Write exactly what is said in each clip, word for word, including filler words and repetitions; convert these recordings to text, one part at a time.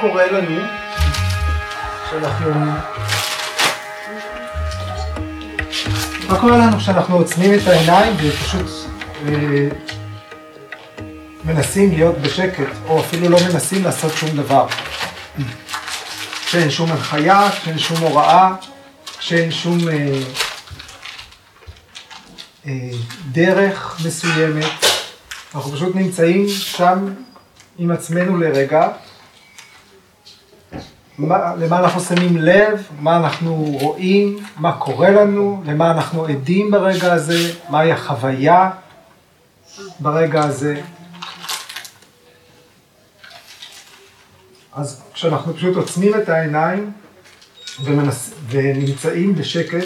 קורה לנו כשאנחנו... מה קורה לנו כשאנחנו עוצמים את העיניים ופשוט אה, מנסים להיות בשקט, או אפילו לא מנסים לעשות שום דבר? כשאין שום הנחיה, כשאין שום הוראה, כשאין שום אה, אה, דרך מסוימת. אנחנו פשוט נמצאים שם עם עצמנו לרגע. מה, למה אנחנו שמים לב, מה אנחנו רואים, מה קורה לנו, למה אנחנו עדים ברגע הזה, מהי החוויה ברגע הזה. אז כשאנחנו פשוט עוצמים את העיניים ומנס... ונמצאים בשקט,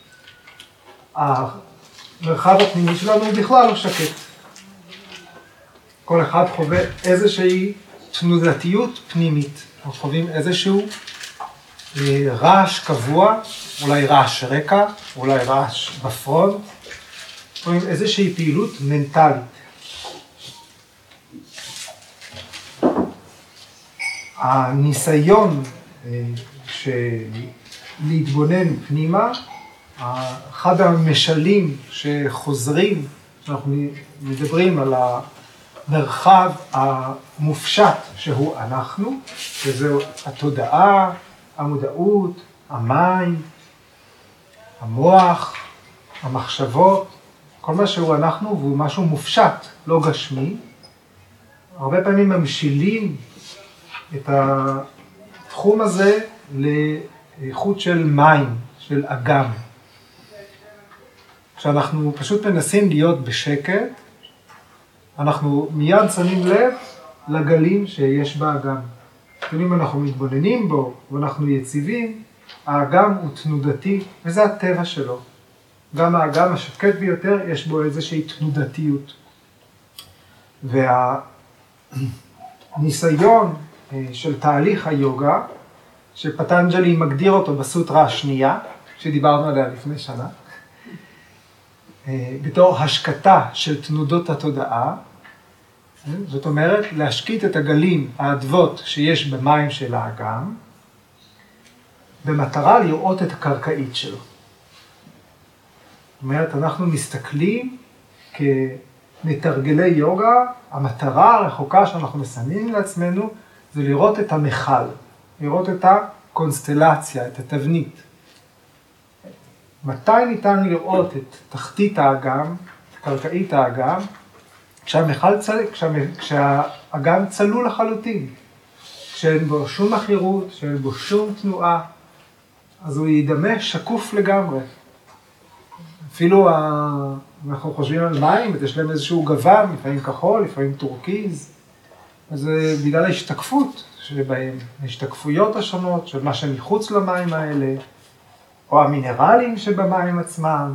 המרחב הפנימי שלנו הוא בכלל לא שקט. כל אחד חווה איזושהי תנודתיות פנימית. אנחנו חווים איזשהו אה, רעש קבוע, אולי רעש רקע, אולי רעש בפרונט, חווים איזושהי פעילות מנטלית. הניסיון אה, להתבונן פנימה, אחד המשלים שחוזרים, אנחנו מדברים על המרחב המופשט שהוא אנחנו, שזהו התודעה, המודעות, המים, המוח, המחשבות, כל מה שהוא אנחנו והוא משהו מופשט, לא גשמי. הרבה פעמים ממשילים את התחום הזה לאיכות של מים, של אגם. כשאנחנו פשוט מנסים להיות בשקט, אנחנו מיד שמים לב לגלים שיש באגם. אם אנחנו מתבוננים בו ואנחנו יציבים, האגם הוא תנודתי, וזה הטבע שלו. גם האגם השקט ביותר יש בו איזושהי תנודתיות. והניסיון של תהליך היוגה, שפטנג'לי מגדיר אותו בסוטרה השנייה, שדיברנו עליה לפני שנה, בתור השקטה של תנודות התודעה, זאת אומרת, להשקיט את הגלים, האדוות שיש במים של האגם, במטרה לראות את הקרקעית שלו. זאת אומרת, אנחנו מסתכלים כמתרגלי יוגה, המטרה הרחוקה שאנחנו מסמנים לעצמנו, זה לראות את המחל, לראות את הקונסטלציה, את התבנית. מתי ניתן לראות את תחתית האגם, את קרקעית האגם, כשהמחל צל... כשהאגם צלול לחלוטין, כשאין בו שום מחירות, כשאין בו שום תנועה, אז הוא יידמה שקוף לגמרי. אפילו ה... אנחנו חושבים על מים, יש להם איזשהו גוון, לפעמים כחול, לפעמים טורקיז, אז זה בגלל ההשתקפות שבהם, ההשתקפויות השונות של מה שמחוץ למים האלה, או המינרלים שבמים עצמם.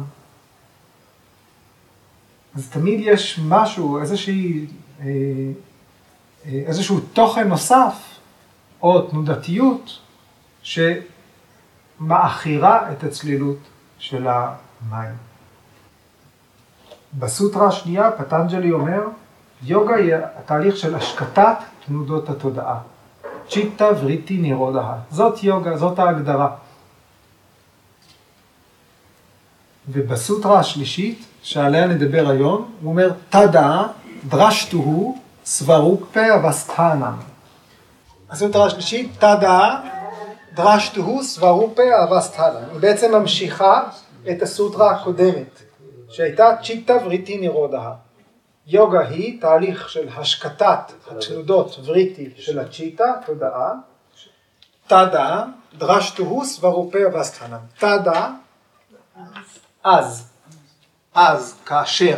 אז תמיד יש משהו, איזושהי, איזשהו תוכן נוסף, או תנודתיות, שמאחירה את הצלילות של המים. בסוטרה השנייה, פטנג'לי אומר, יוגה היא התהליך של השקטת תנודות התודעה. צ'יטה וריטי נירודה. זאת יוגה, זאת ההגדרה. ובסוטרה השלישית, שעליה נדבר היום, הוא אומר, תדא דרשתוהו סוורופה אבסתנם. הסוטרה השלישית, תדא דרשתוהו סוורופה אבסתנם. היא בעצם ממשיכה את הסוטרה הקודמת, שהייתה צ'יטה וריטי נירודה. יוגה היא תהליך של השקטת התנודות וריטי של הצ'יטה, תודעה. תדא דרשתוהו סוורופה אבסתנם. תדא, אז, אז, כאשר,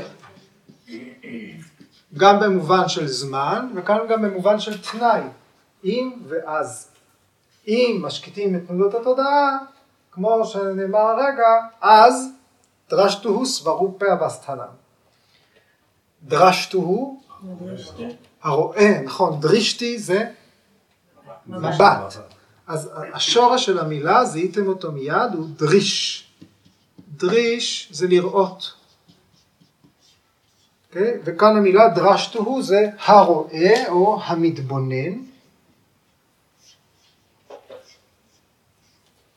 גם במובן של זמן, וכאן גם במובן של תנאי, אם ואז. אם משקיטים את תנודות התודעה, כמו שנאמר הרגע, אז דרשתוהו סוורופה אבסתנם. דרשתוהו, הרואה, נכון, דרישתי זה מבט. אז השורש של המילה, זיהיתם אותו מיד, הוא דריש. דריש זה לראות. Okay? וכאן המילה דרשתוהו זה הרואה או המתבונן.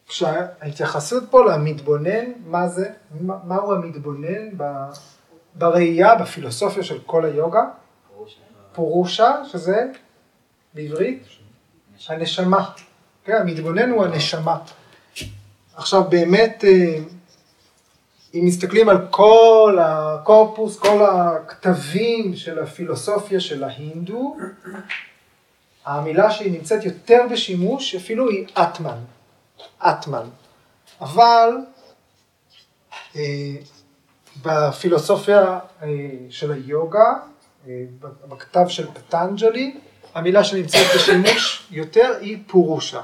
כשההתייחסות פה למתבונן, מה זה, מהו המתבונן בראייה, בפילוסופיה של כל היוגה? פורושה, שזה בעברית הנשמה. המתבונן הוא הנשמה. עכשיו באמת, אם מסתכלים על כל הקורפוס, כל הכתבים של הפילוסופיה של ההינדו, המילה שהיא נמצאת יותר בשימוש אפילו היא אטמן. אטמן. אבל אה, בפילוסופיה אה, של היוגה, אה, בכתב של פטנג'לי, המילה שנמצאת בשימוש יותר היא פורושה.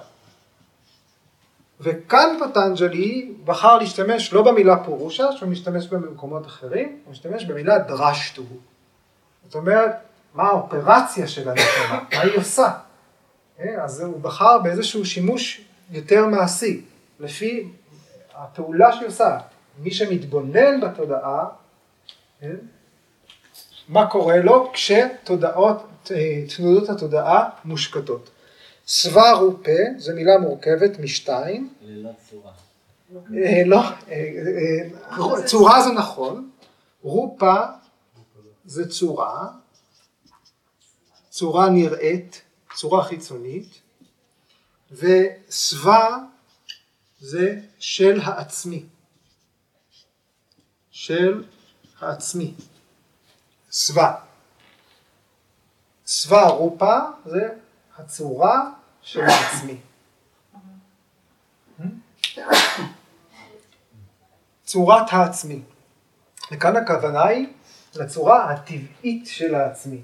וכאן פטנג'לי בחר להשתמש לא במילה פורושה, שהוא משתמש בה במקומות אחרים, הוא משתמש במילה דרשטו. זאת אומרת, מה האופרציה של הנשמה, מה היא עושה. אז הוא בחר באיזשהו שימוש יותר מעשי, לפי הפעולה שהיא עושה. מי שמתבונן בתודעה, מה קורה לו כשתודעות, תנודות התודעה מושקטות. סווה רופה, זו מילה מורכבת משתיים. ללא צורה. לא, צורה זה נכון. רופה זה צורה, צורה נראית, צורה חיצונית, וסווה זה של העצמי, של העצמי, סווה. סווה רופה זה הצורה של העצמי. צורת העצמי. וכאן הכוונה היא לצורה הטבעית של העצמי.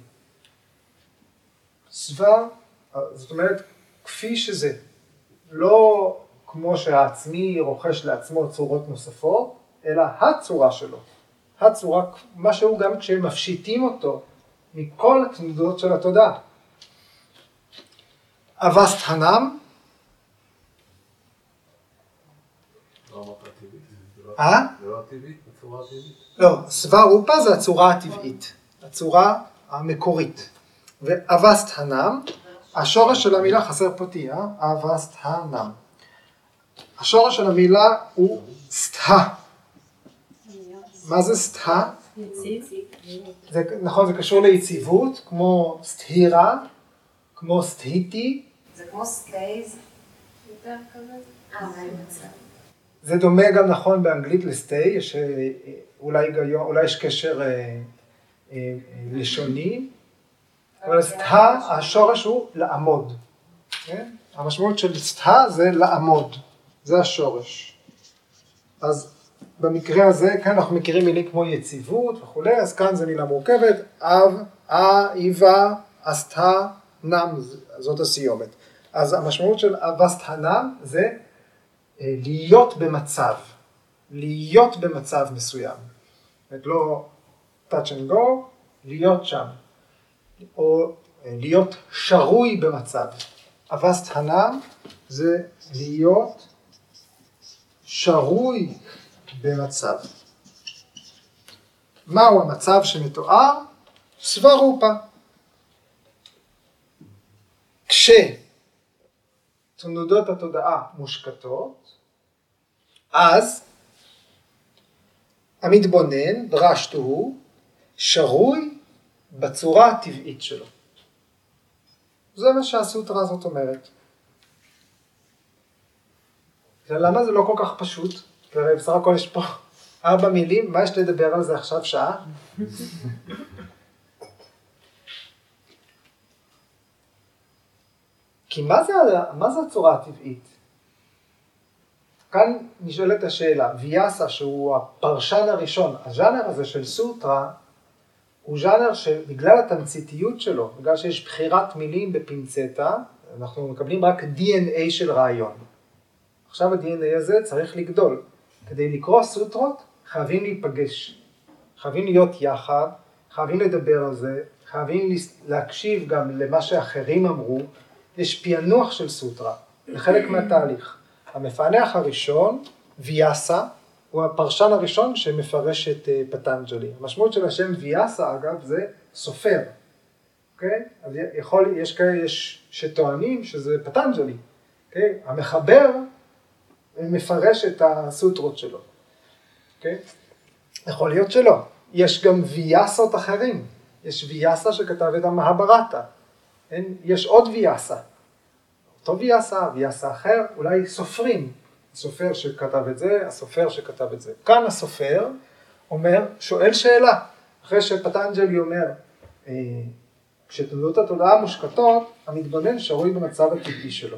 סווה, זאת אומרת, כפי שזה, לא כמו שהעצמי רוכש לעצמו צורות נוספות, אלא הצורה שלו. הצורה, מה שהוא גם כשמפשיטים אותו מכל התנודות של התודעה. אבסטהנם. אה? זה לא הטבעית, הצורה הטבעית. לא, סווה רופה זה הצורה הטבעית, הצורה המקורית. ואבסטהנם, השורש של המילה חסר פה תהיה, אבסטהנם. השורש של המילה הוא סטה. מה זה סטה? זה, נכון, זה קשור ליציבות, כמו סתירה, כמו סתיתי. זה כמו סטייז, יותר כזה? אה, זה מצב. זה דומה גם נכון באנגלית לסטי, יש אולי, אולי יש קשר אה, אה, לשוני, אבל סטה, השורש הוא לעמוד. כן? המשמעות של סטה זה לעמוד, זה השורש. אז במקרה הזה, כאן אנחנו מכירים מילים כמו יציבות וכולי, אז כאן זה מילה מורכבת, אב, אה, איבה, אסתה, נם, זאת הסיומת. אז המשמעות של אבסטהנם זה להיות במצב, להיות במצב מסוים. זאת לא touch and go, להיות שם. או להיות שרוי במצב. אבסטהנם זה להיות שרוי במצב. מהו המצב שמתואר? סווה רופה. כשתנודות התודעה מושקטות, אז המתבונן, דרשתו הוא, שרוי בצורה הטבעית שלו. זה מה שהסוטרה הזאת אומרת. למה זה לא כל כך פשוט? כי הרי בסך הכל יש פה ארבע מילים, מה יש לדבר על זה עכשיו שעה? כי מה זה, מה זה הצורה הטבעית? כאן נשאלת השאלה, ויאסה שהוא הפרשן הראשון, הז'אנר הזה של סוטרה, הוא ז'אנר שבגלל התמציתיות שלו, בגלל שיש בחירת מילים בפינצטה, אנחנו מקבלים רק די אן איי של רעיון. עכשיו ה-די אן איי הזה צריך לגדול. כדי לקרוא סוטרות, חייבים להיפגש. חייבים להיות יחד, חייבים לדבר על זה, חייבים להקשיב גם למה שאחרים אמרו. יש פענוח של סוטרה, זה חלק מהתהליך. המפענח הראשון, ויאסה, הוא הפרשן הראשון שמפרש את פטנג'לי. המשמעות של השם ויאסה, אגב, זה סופר. אוקיי? אז יכול, יש כאלה יש שטוענים שזה פטנג'לי. אוקיי? המחבר מפרש את הסוטרות שלו. אוקיי? יכול להיות שלא. יש גם ויאסות אחרים. יש ויאסה שכתב את המהברטה. יש עוד ויאסה. אותו ויאסה, ויאסה אחר, אולי סופרים. הסופר שכתב את זה, הסופר שכתב את זה. כאן הסופר אומר, שואל שאלה. אחרי שפטנג'לי אומר, כשתנודות התודעה מושקטות, המתבונן שרוי במצב הטבעי שלו.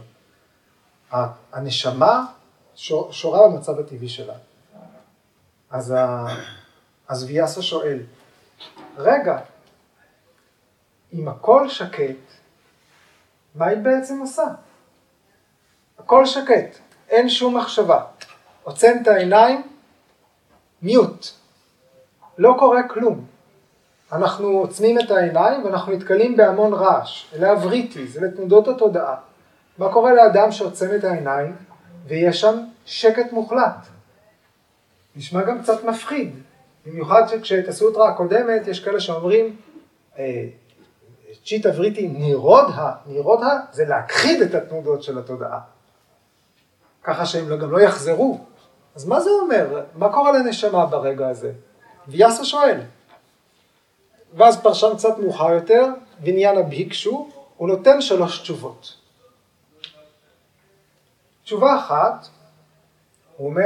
הנשמה שורה במצב הטבעי שלה. אז, ה... אז ויאסה שואל, רגע, אם הכל שקט, מה היא בעצם עושה? הכל שקט, אין שום מחשבה. עוצם את העיניים, מיוט. לא קורה כלום. אנחנו עוצמים את העיניים ואנחנו נתקלים בהמון רעש. אלה הווריטיז, אלה תנודות התודעה. מה קורה לאדם שעוצם את העיניים ויש שם שקט מוחלט? נשמע גם קצת מפחיד. במיוחד שכשאת הסוטרה הקודמת יש כאלה שאומרים, צ'יטה וריטי נירודה, נירודה זה להכחיד את התנודות של התודעה. ככה שהם גם לא יחזרו. אז מה זה אומר? מה קורה לנשמה ברגע הזה? ויאסה שואל. ואז פרשן קצת מאוחר יותר, ויניאנה ביקשו, הוא נותן שלוש תשובות. תשובה אחת, הוא אומר,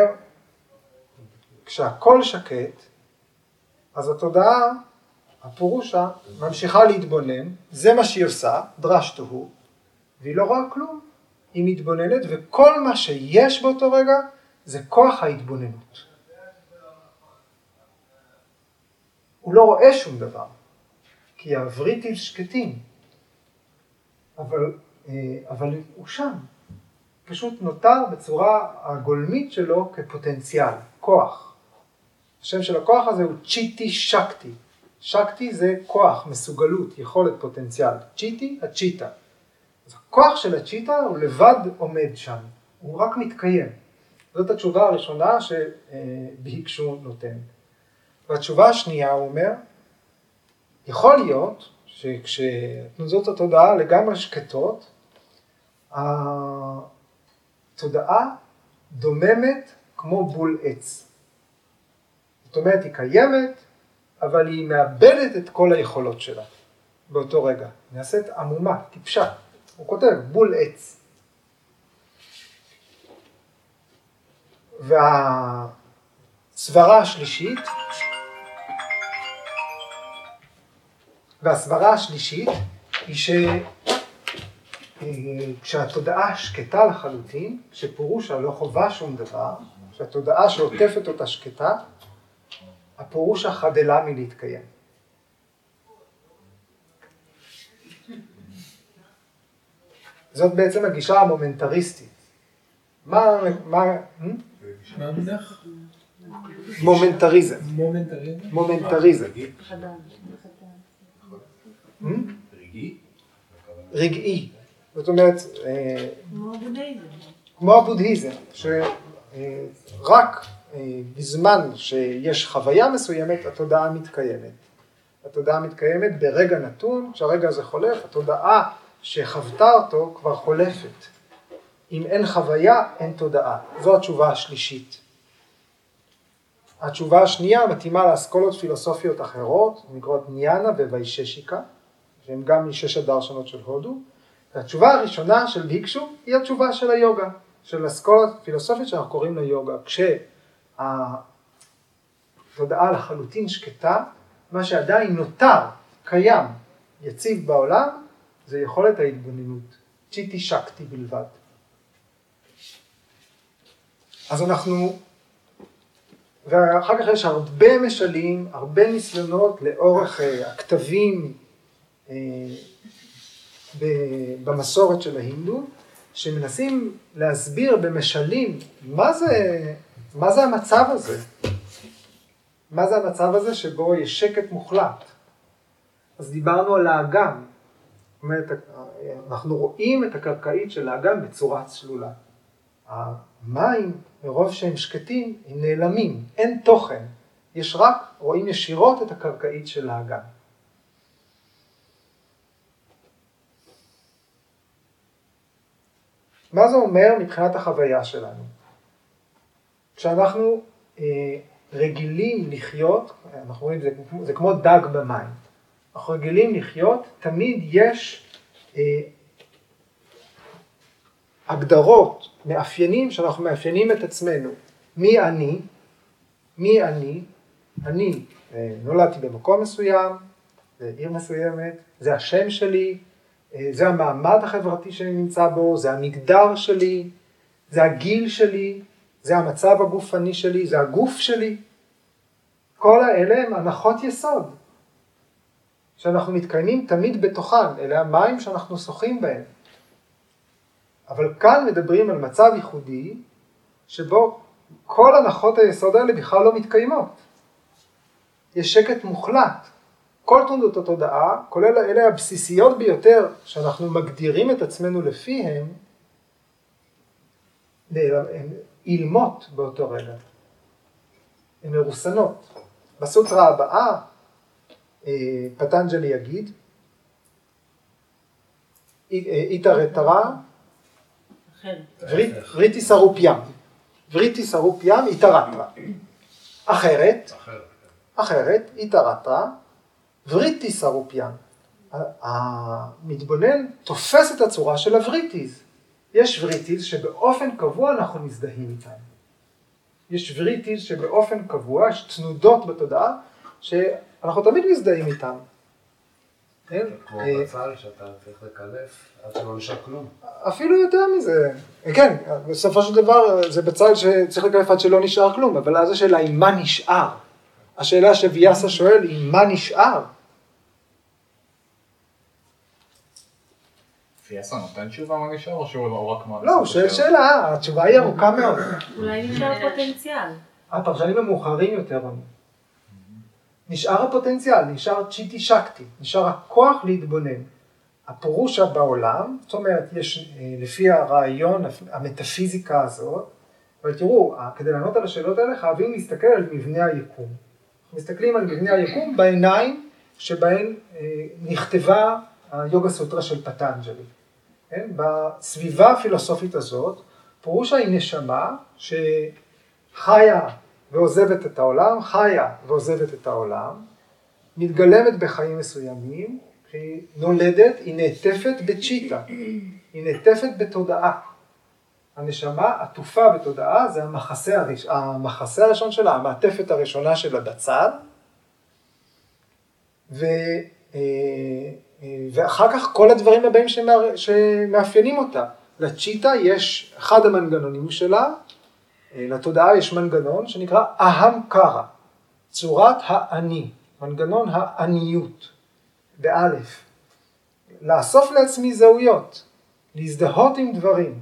כשהכל שקט, אז התודעה, הפורושה, ממשיכה להתבונן, זה מה שהיא עושה, דרשתו הוא, והיא לא רואה כלום. היא מתבוננת, וכל מה שיש באותו רגע, זה כוח ההתבוננות. הוא לא רואה שום דבר, כי הווריטים שקטים, אבל, אבל הוא שם. פשוט נותר בצורה הגולמית שלו כפוטנציאל, כוח. השם של הכוח הזה הוא צ'יטי שקטי. שקטי זה כוח, מסוגלות, יכולת, פוטנציאל. צ'יטי, הצ'יטה. אז הכוח של הצ'יטה הוא לבד עומד שם, הוא רק מתקיים. זאת התשובה הראשונה שבהיקשו נותן. והתשובה השנייה הוא אומר, יכול להיות שכשתנודות התודעה לגמרי שקטות, התודעה דוממת כמו בול עץ. זאת אומרת, היא קיימת, אבל היא מאבדת את כל היכולות שלה באותו רגע. נעשית עמומה, טיפשה. הוא כותב, בול עץ. והסברה השלישית, והסברה השלישית היא שכשהתודעה שקטה לחלוטין, כשפורושה לא חובה שום דבר, כשהתודעה שעוטפת אותה שקטה, הפורושה חדלה מלהתקיים. זאת בעצם הגישה המומנטריסטית. מה, מה, מה המונח? מומנטריזם. מומנטריזם? מומנטריזם. רגעי? רגעי. זאת אומרת, כמו הבודהיזם. כמו הבודהיזם, שרק בזמן שיש חוויה מסוימת, התודעה מתקיימת. התודעה מתקיימת ברגע נתון, כשהרגע הזה חולף, התודעה שחוותה אותו כבר חולפת. אם אין חוויה, אין תודעה. זו התשובה השלישית. התשובה השנייה מתאימה לאסכולות פילוסופיות אחרות, נקראות ניאנה וויששיקה, שהן גם משש הדרשנות של הודו. והתשובה הראשונה של ביקשו היא התשובה של היוגה, של אסכולות פילוסופיות שאנחנו קוראים לה יוגה. כשהתודעה לחלוטין שקטה, מה שעדיין נותר, קיים, יציב בעולם, זה יכולת ההתבוננות, צ'יטי שקטי בלבד. אז אנחנו, ואחר כך יש הרבה משלים, הרבה ניסיונות לאורך הכתבים במסורת של ההינדו, שמנסים להסביר במשלים מה זה, מה זה המצב הזה. מה זה המצב הזה שבו יש שקט מוחלט. אז דיברנו על האגם. זאת אומרת, אנחנו רואים את הקרקעית של האגם בצורה צלולה. המים, מרוב שהם שקטים, הם נעלמים, אין תוכן. יש רק, רואים ישירות את הקרקעית של האגם. מה זה אומר מבחינת החוויה שלנו? כשאנחנו אה, רגילים לחיות, אנחנו רואים, זה, זה כמו דג במים, אנחנו רגילים לחיות, תמיד יש אה, הגדרות, מאפיינים שאנחנו מאפיינים את עצמנו. מי אני? מי אני? אני אה, נולדתי במקום מסוים, בעיר מסוימת, זה השם שלי, אה, זה המעמד החברתי שאני נמצא בו, זה המגדר שלי, זה הגיל שלי, זה המצב הגופני שלי, זה הגוף שלי. כל האלה הם הנחות יסוד, שאנחנו מתקיימים תמיד בתוכן, אלה המים שאנחנו שוחים בהם. אבל כאן מדברים על מצב ייחודי, שבו כל הנחות היסוד האלה בכלל לא מתקיימות. יש שקט מוחלט. כל תנודות התודעה, כולל אלה הבסיסיות ביותר, שאנחנו מגדירים את עצמנו לפיהם, הן אילמות באותו רגע. הן מרוסנות. בסוטרה הבאה, פטנג'לי יגיד, איתרתרה, וריטי סרופיאם. וריטי סרופיאם, איתרתרה. אחרת, אחרת, איתרתרה, וריטי סרופיאם. המתבונן תופס את הצורה של הווריטיז. יש וריטיז שבאופן קבוע אנחנו מזדהים איתם. יש וריטיז שבאופן קבוע, יש תנודות בתודעה, שאנחנו תמיד מזדהים איתם. כמו בצל שאתה צריך לקלף, עד שלא נשאר כלום. אפילו יותר מזה. כן, בסופו של דבר זה בצל שצריך לקלף עד שלא נשאר כלום, אבל אז השאלה היא מה נשאר. השאלה שוויאסה שואל היא מה נשאר. ויאסה נותן תשובה מה נשאר או שהוא רק מה? לא, הוא שואל שאלה, התשובה היא ארוכה מאוד. אולי נשאר פוטנציאל. הפרשנים המאוחרים יותר עונים. נשאר הפוטנציאל, נשאר צ'יטי שקטי, נשאר הכוח להתבונן. הפירוש בעולם, זאת אומרת, יש לפי הרעיון, המטאפיזיקה הזאת, אבל תראו, כדי לענות על השאלות האלה, חייבים להסתכל על מבנה היקום. אנחנו מסתכלים על מבנה היקום בעיניים שבהן נכתבה היוגה סוטרה של פטנג'לי. כן? בסביבה הפילוסופית הזאת, פירושה היא נשמה שחיה ועוזבת את העולם, חיה ועוזבת את העולם, מתגלמת בחיים מסוימים, היא נולדת, היא נעטפת בצ'יטה, היא נעטפת בתודעה. הנשמה עטופה בתודעה, זה המחסה, הראש, המחסה הראשון שלה, המעטפת הראשונה שלה בצד, ו, ואחר כך כל הדברים הבאים שמאפיינים אותה. לצ'יטה יש אחד המנגנונים שלה, לתודעה יש מנגנון שנקרא אהם-קרה, צורת האני, מנגנון העניות, באלף. לאסוף לעצמי זהויות, להזדהות עם דברים.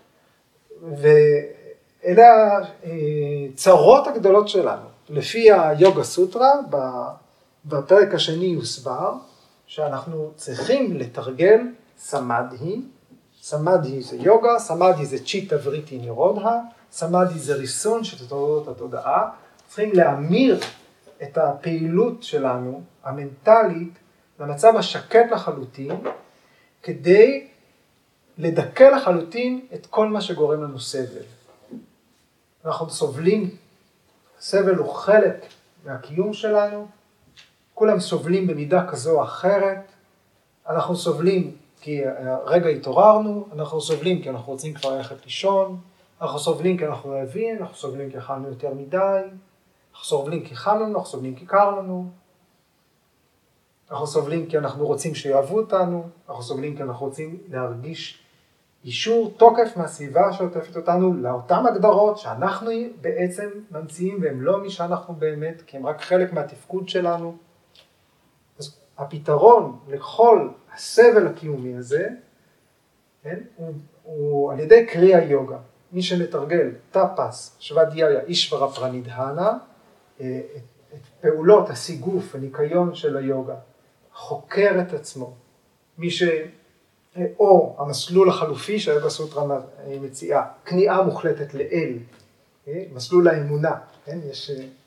ואלה הצרות הגדולות שלנו. לפי היוגה סוטרה, בפרק השני יוסבר, שאנחנו צריכים לתרגל סמדהי. סמדהי זה יוגה, סמדהי זה צ'יטה וריטי נירודה, סמדהי זה ריסון של תודעות התודעה. צריכים להמיר את הפעילות שלנו, המנטלית, למצב השקט לחלוטין, כדי לדכא לחלוטין את כל מה שגורם לנו סבל. אנחנו סובלים, סבל הוא חלק מהקיום שלנו, כולם סובלים במידה כזו או אחרת, אנחנו סובלים כי רגע התעוררנו, אנחנו סובלים כי אנחנו רוצים כבר ללכת לישון, אנחנו סובלים כי אנחנו רעבים, אנחנו סובלים כי אכלנו יותר מדי, אנחנו סובלים כי חם לנו, אנחנו סובלים כי קר לנו, אנחנו סובלים כי אנחנו רוצים שיאהבו אותנו, אנחנו סובלים כי אנחנו רוצים להרגיש אישור תוקף מהסביבה שעוטפת אותנו לאותן הגדרות שאנחנו בעצם ממציאים והם לא מי שאנחנו באמת, כי הם רק חלק מהתפקוד שלנו. אז הפתרון לכל הסבל הקיומי הזה, כן, הוא, הוא על ידי קריאה יוגה. מי שמתרגל טאפס, שוואדייה, אישברה פרנידהנה, את, את פעולות הסיגוף, הניקיון של היוגה, חוקר את עצמו. מי ש... או המסלול החלופי שהיוגה סוטרה מציעה, כניעה מוחלטת לאל, מסלול האמונה, כן? יש,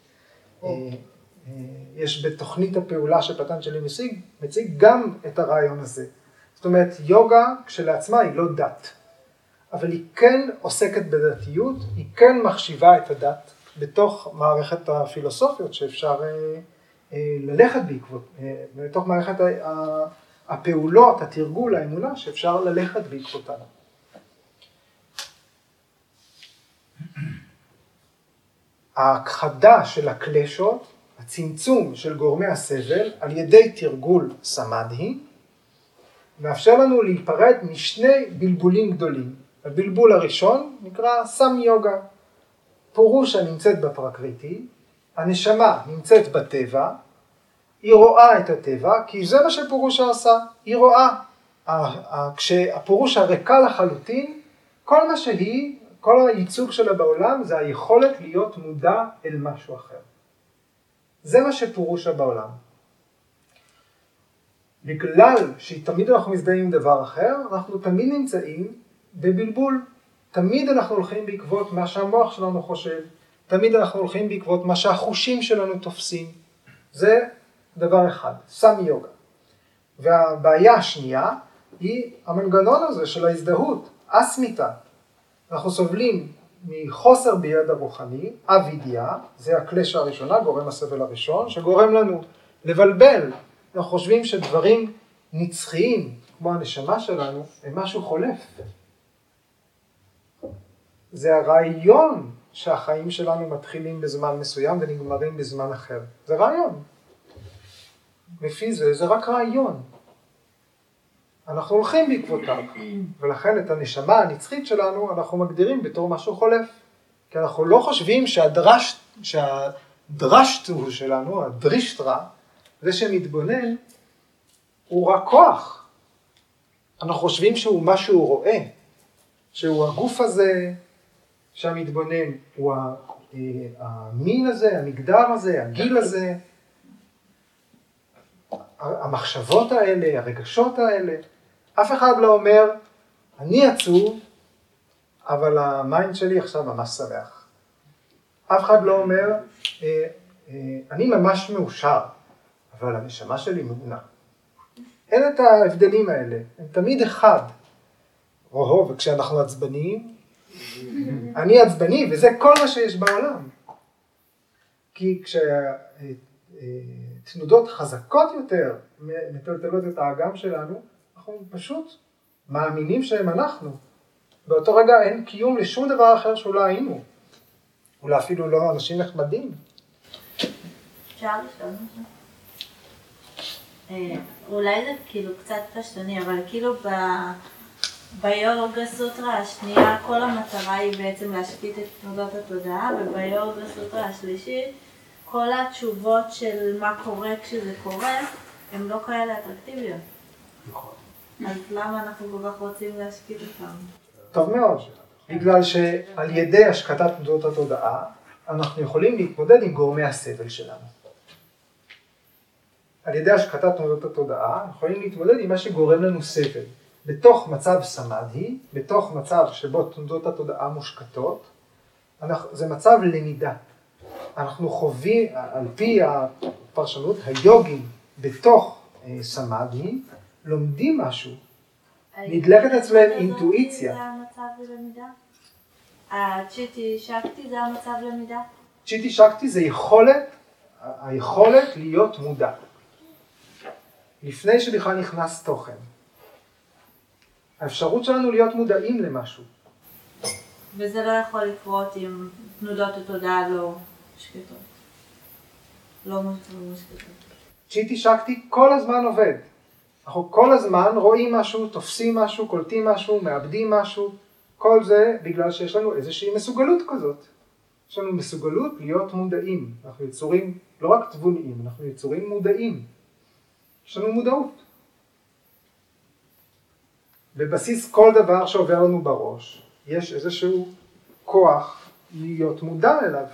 יש בתוכנית הפעולה שפטנג'לי מציג, מציג גם את הרעיון הזה. זאת אומרת, יוגה כשלעצמה היא לא דת, אבל היא כן עוסקת בדתיות, היא כן מחשיבה את הדת בתוך מערכת הפילוסופיות שאפשר אה, אה, ללכת בעקבות, אה, בתוך מערכת הפעולות, התרגול, האמונה, שאפשר ללכת בעקבותן. ההכחדה של הקלשות, הצמצום של גורמי הסבל על ידי תרגול סמדהי, מאפשר לנו להיפרד משני בלבולים גדולים. הבלבול הראשון נקרא סם יוגה. פורושה נמצאת בפרקריטי, הנשמה נמצאת בטבע, היא רואה את הטבע, כי זה מה שפורושה עשה, היא רואה. כשהפורושה ריקה לחלוטין, כל מה שהיא, כל הייצוג שלה בעולם, זה היכולת להיות מודע אל משהו אחר. זה מה שפורושה בעולם. בגלל שתמיד אנחנו מזדהים עם דבר אחר, אנחנו תמיד נמצאים בבלבול. תמיד אנחנו הולכים בעקבות מה שהמוח שלנו חושב, תמיד אנחנו הולכים בעקבות מה שהחושים שלנו תופסים. זה דבר אחד, סם יוגה. והבעיה השנייה היא המנגנון הזה של ההזדהות, אסמיתה. אנחנו סובלים מחוסר בידע רוחני, אבידיה, זה הקלש הראשונה, גורם הסבל הראשון, שגורם לנו לבלבל. אנחנו חושבים שדברים נצחיים, כמו הנשמה שלנו, הם משהו חולף. זה הרעיון שהחיים שלנו מתחילים בזמן מסוים ונגמרים בזמן אחר. זה רעיון. לפי זה, זה רק רעיון. אנחנו הולכים בעקבותיו, ולכן את הנשמה הנצחית שלנו אנחנו מגדירים בתור משהו חולף. כי אנחנו לא חושבים שהדרשת, שהדרשתו שלנו, הדרישטרה, זה שמתבונן, הוא רק כוח. אנחנו חושבים שהוא מה שהוא רואה, שהוא הגוף הזה, שהמתבונן הוא המין הזה, המגדר הזה, הגיל הזה, המחשבות האלה, הרגשות האלה. אף אחד לא אומר, אני עצוב, אבל המיינד שלי עכשיו ממש שמח. אף אחד לא אומר, אני ממש מאושר, אבל הנשמה שלי מגונה. אין את ההבדלים האלה, הם תמיד אחד. רוהו, וכשאנחנו עצבניים, אני עצבני, וזה כל מה שיש בעולם. כי כשתנודות חזקות יותר מטלטלות את האגם שלנו, אנחנו פשוט מאמינים שהם אנחנו. באותו רגע אין קיום לשום דבר אחר שאולי היינו. אולי אפילו לא אנשים נחמדים. אפשר לשאול משהו? אולי זה כאילו קצת פשטני, אבל כאילו ביוגה סוטרה השנייה, כל המטרה היא בעצם להשפיט את תנודות התודעה, וביוגה סוטרה השלישית, כל התשובות של מה קורה כשזה קורה, הן לא כאלה אטרקטיביות. נכון. אז למה אנחנו כל כך רוצים להשפיט אותם? טוב מאוד, בגלל שעל ידי השקטת תנודות התודעה, אנחנו יכולים להתמודד עם גורמי הסבל שלנו. על ידי השקטת תנודות התודעה, יכולים להתמודד עם מה שגורם לנו סבל. בתוך מצב סמדהי, בתוך מצב שבו תנודות התודעה מושקטות, זה מצב למידה. אנחנו חווים, על פי הפרשנות, היוגים בתוך סמדהי, לומדים משהו. נדלקת אצלם אינטואיציה. זה המצב ללמידה? הצ'יטי שקטי זה המצב למידה? צ'יטי שקטי זה יכולת, היכולת להיות מודע. לפני שבכלל נכנס תוכן. האפשרות שלנו להיות מודעים למשהו. וזה לא יכול לקרות אם תנודות התודעה לא שקטות. לא משקטות. צ'יטי שקטי כל הזמן עובד. אנחנו כל הזמן רואים משהו, תופסים משהו, קולטים משהו, מאבדים משהו. כל זה בגלל שיש לנו איזושהי מסוגלות כזאת. יש לנו מסוגלות להיות מודעים. אנחנו יצורים לא רק תבוניים, אנחנו יצורים מודעים. יש לנו מודעות. בבסיס כל דבר שעובר לנו בראש, יש איזשהו כוח להיות מודע אליו.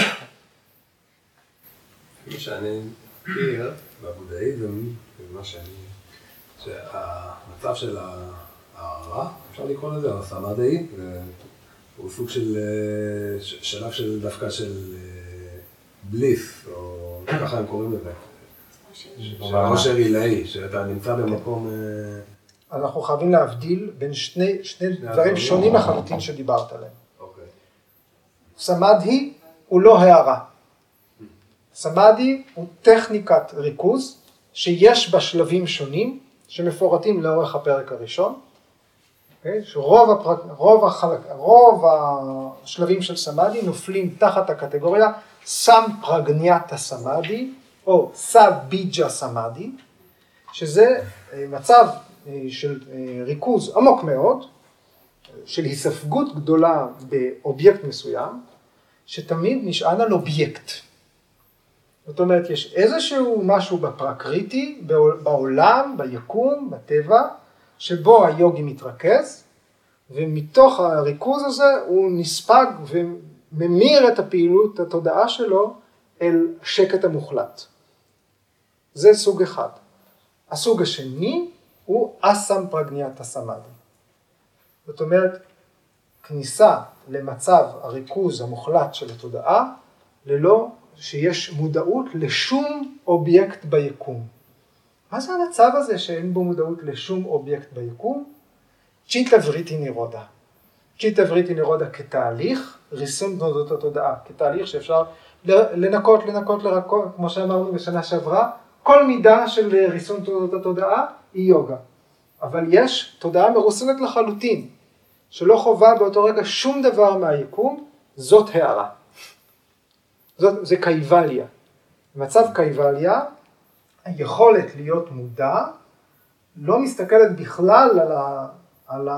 מה שאני מכיר בבודהיזם, ומה שאני, שהמצב של ההערה, אפשר לקרוא לזה, הסמדהי, הוא סוג של שלב של דווקא של בליס, או ככה הם קוראים לזה. של עושר עילאי, שאתה נמצא במקום אנחנו חייבים להבדיל בין שני, שני דברים דברים. שונים לחלוטין שדיברת עליהם. אוקיי. סמאדהי הוא לא הערה. סמאדהי הוא טכניקת ריכוז שיש בה שלבים שונים שמפורטים לאורך הפרק הראשון. Okay? שרוב הפרק, רוב, החלק, רוב השלבים של סמאדהי נופלים תחת הקטגוריה סמפרגניאטה סמאדהי או סביג'ה סמאדהי, שזה מצב של ריכוז עמוק מאוד, של היספגות גדולה באובייקט מסוים, שתמיד נשען על אובייקט. זאת אומרת, יש איזשהו משהו בפרקריטי, בעולם, ביקום, בטבע, שבו היוגי מתרכז, ומתוך הריכוז הזה הוא נספג וממיר את הפעילות, התודעה שלו, אל שקט המוחלט. זה סוג אחד. הסוג השני הוא אסמפרגניאטה סמאדהי. זאת אומרת, כניסה למצב הריכוז המוחלט של התודעה, ללא שיש מודעות לשום אובייקט ביקום. מה זה המצב הזה שאין בו מודעות לשום אובייקט ביקום? צ'יטה וריטי נירודה. צ'יטה וריטי נירודה כתהליך, ריסון תנודות התודעה, כתהליך שאפשר לנקות, לנקות, לרקות, כמו שאמרנו בשנה שעברה, כל מידה של ריסון תנודות התודעה היא יוגה. אבל יש תודעה מרוסנת לחלוטין, שלא חובה באותו רגע שום דבר מהיקום, זאת הערה. זאת, זה קייבליה. במצב קייבליה, היכולת להיות מודע, לא מסתכלת בכלל על, ה, על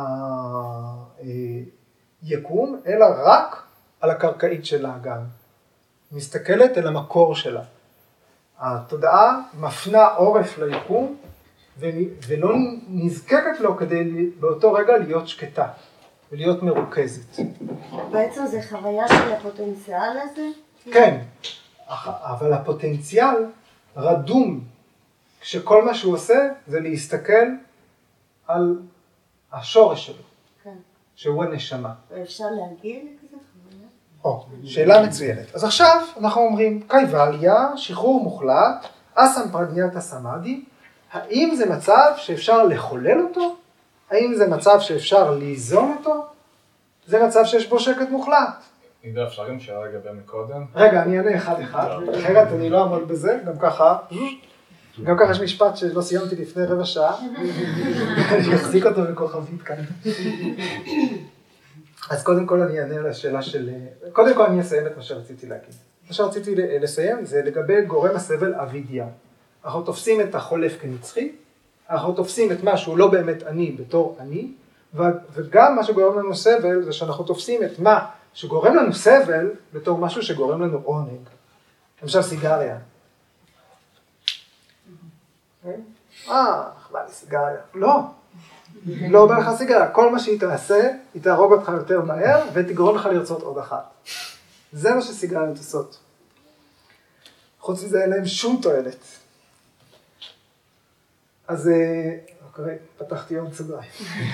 היקום, אלא רק על הקרקעית של האגן. מסתכלת אל המקור שלה. התודעה מפנה עורף ליקום, ולא נזקקת לו כדי באותו רגע להיות שקטה, ולהיות מרוכזת. בעצם זה חוויה של הפוטנציאל הזה? כן, אבל הפוטנציאל רדום, כשכל מה שהוא עושה זה להסתכל על השורש שלו, כן. שהוא הנשמה. ואפשר להגיע לכזה חוויה? או, שאלה מצוינת. אז עכשיו אנחנו אומרים, קייבליה, שחרור מוחלט, אסמפרגניאטה סמאדהי, האם זה מצב שאפשר לחולל אותו? האם זה מצב שאפשר ליזום אותו? זה מצב שיש בו שקט מוחלט. עידו, אפשר גם שאלה לגבי מקודם? רגע, אני אענה אחד אחד, אחרת אני לא אעמוד בזה, גם ככה, גם ככה יש משפט שלא סיימתי לפני רבע שעה, אני אחזיק אותו בכוכבית כאן. אז קודם כל אני אענה על השאלה של, קודם כל אני אסיים את מה שרציתי להגיד. מה שרציתי לסיים זה לגבי גורם הסבל אבידיה. אנחנו תופסים את החולף כנצחי, אנחנו תופסים את מה שהוא לא באמת אני בתור אני, וגם מה שגורם לנו סבל זה שאנחנו תופסים את מה שגורם לנו סבל בתור משהו שגורם לנו עונג. למשל סיגריה. אה, חבל לי סיגריה. לא. לא בא לך סיגריה. כל מה שהיא תעשה, היא תהרוג אותך יותר מהר ותגרום לך לרצות עוד אחת. זה מה שסיגריות עושות. חוץ מזה אין להם שום תועלת. אז אוקיי, פתחתי עוד סוגריים.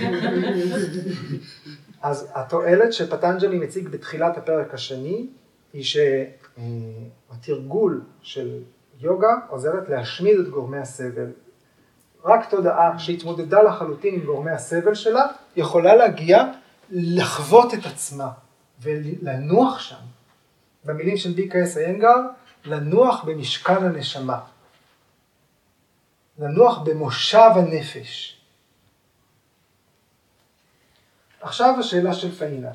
אז התועלת שפטנג'לי מציג בתחילת הפרק השני, היא שהתרגול של יוגה עוזרת להשמיד את גורמי הסבל. רק תודעה שהתמודדה לחלוטין עם גורמי הסבל שלה, יכולה להגיע לחוות את עצמה ולנוח שם. במילים של בי קייס איינגר, לנוח במשכן הנשמה. לנוח במושב הנפש. עכשיו השאלה של פאינה.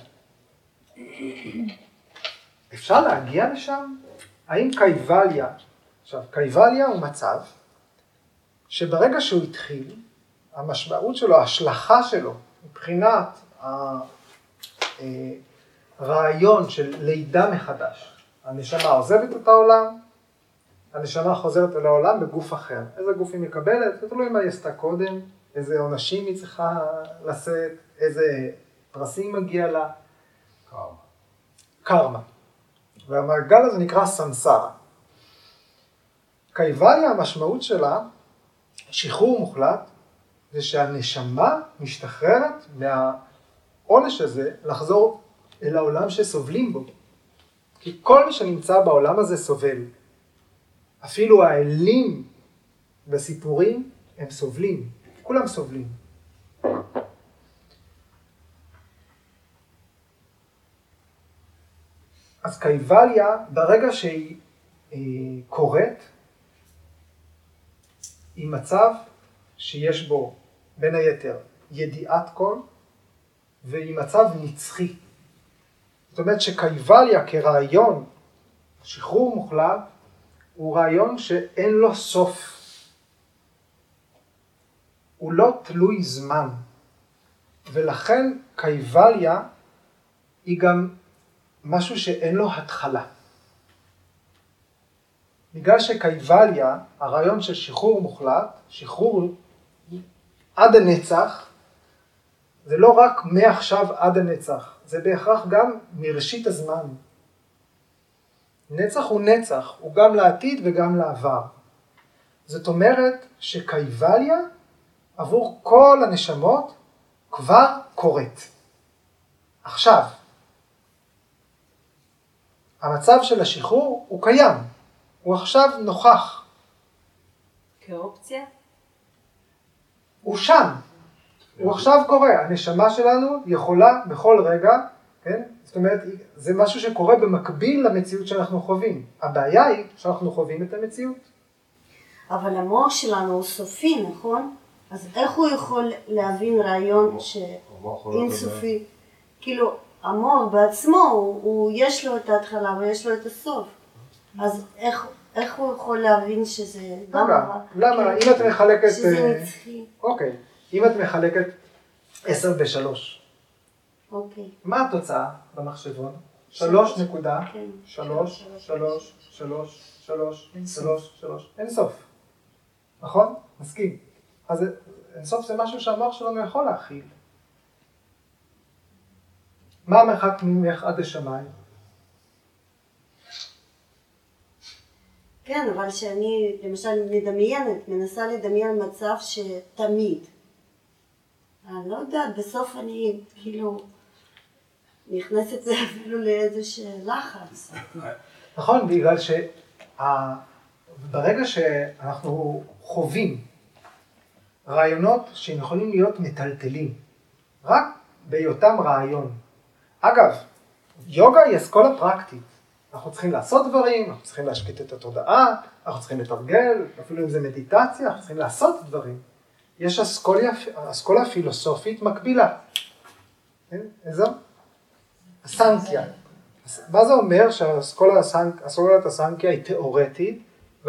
אפשר להגיע לשם? האם קייבליה, עכשיו קייבליה הוא מצב שברגע שהוא התחיל, המשמעות שלו, ההשלכה שלו, מבחינת הרעיון של לידה מחדש, הנשמה עוזבת את העולם, הנשמה חוזרת אל העולם בגוף אחר. איזה גוף היא מקבלת? זה תלוי מה היא עשתה קודם, איזה עונשים היא צריכה לשאת, איזה פרסים מגיע לה. קרמה. קרמה. והמעגל הזה נקרא סמסרה. קייבליה, המשמעות שלה, שחרור מוחלט, זה שהנשמה משתחררת מהעונש הזה לחזור אל העולם שסובלים בו. כי כל מי שנמצא בעולם הזה סובל. אפילו האלים בסיפורים הם סובלים. כולם סובלים. אז קייבליה, ברגע שהיא היא קורית, היא מצב שיש בו בין היתר ידיעת כל, והיא מצב נצחי. זאת אומרת שקייבליה כרעיון, שחרור מוחלט, הוא רעיון שאין לו סוף. הוא לא תלוי זמן. ולכן קייבליה היא גם משהו שאין לו התחלה. בגלל שקייבליה, הרעיון של שחרור מוחלט, שחרור עד הנצח, זה לא רק מעכשיו עד הנצח, זה בהכרח גם מראשית הזמן. נצח הוא נצח, הוא גם לעתיד וגם לעבר. זאת אומרת שקייבליה עבור כל הנשמות כבר קורית. עכשיו, המצב של השחרור הוא קיים, הוא עכשיו נוכח. כאופציה? הוא שם, הוא עכשיו קורה. הנשמה שלנו יכולה בכל רגע, כן? זאת אומרת, זה משהו שקורה במקביל למציאות שאנחנו חווים. הבעיה היא שאנחנו חווים את המציאות. אבל המוח שלנו הוא סופי, נכון? אז איך הוא יכול להבין רעיון שאינסופי? כאילו, המוח בעצמו, הוא, הוא יש לו את ההתחלה ויש לו את הסוף. אז איך, איך הוא יכול להבין שזה... למה? למה? אם את מחלקת... שזה נצחי. אוקיי. אם את מחלקת עשר בשלוש. אוקיי. מה התוצאה במחשבון? שלוש נקודה, שלוש, שלוש, שלוש, שלוש, שלוש, שלוש, אין סוף. נכון? מסכים. אז אין סוף זה משהו שהמוח שלנו יכול להכיל. מה המרחק ממך עד השמיים? כן, אבל שאני למשל מדמיינת, מנסה לדמיין מצב שתמיד. אני לא יודעת, בסוף אני כאילו נכנסת אפילו לאיזשהו לחץ. נכון, בגלל שברגע שאנחנו חווים רעיונות שהם יכולים להיות מטלטלים, רק בהיותם רעיון. אגב, יוגה היא אסכולה פרקטית. אנחנו צריכים לעשות דברים, אנחנו צריכים להשקיט את התודעה, אנחנו צריכים לתרגל, אפילו אם זה מדיטציה, אנחנו צריכים לעשות דברים. יש אסכולה, אסכולה פילוסופית מקבילה. איזו? הסנקיה. מה זה אומר שהאסכולת הסנקיה היא תיאורטית,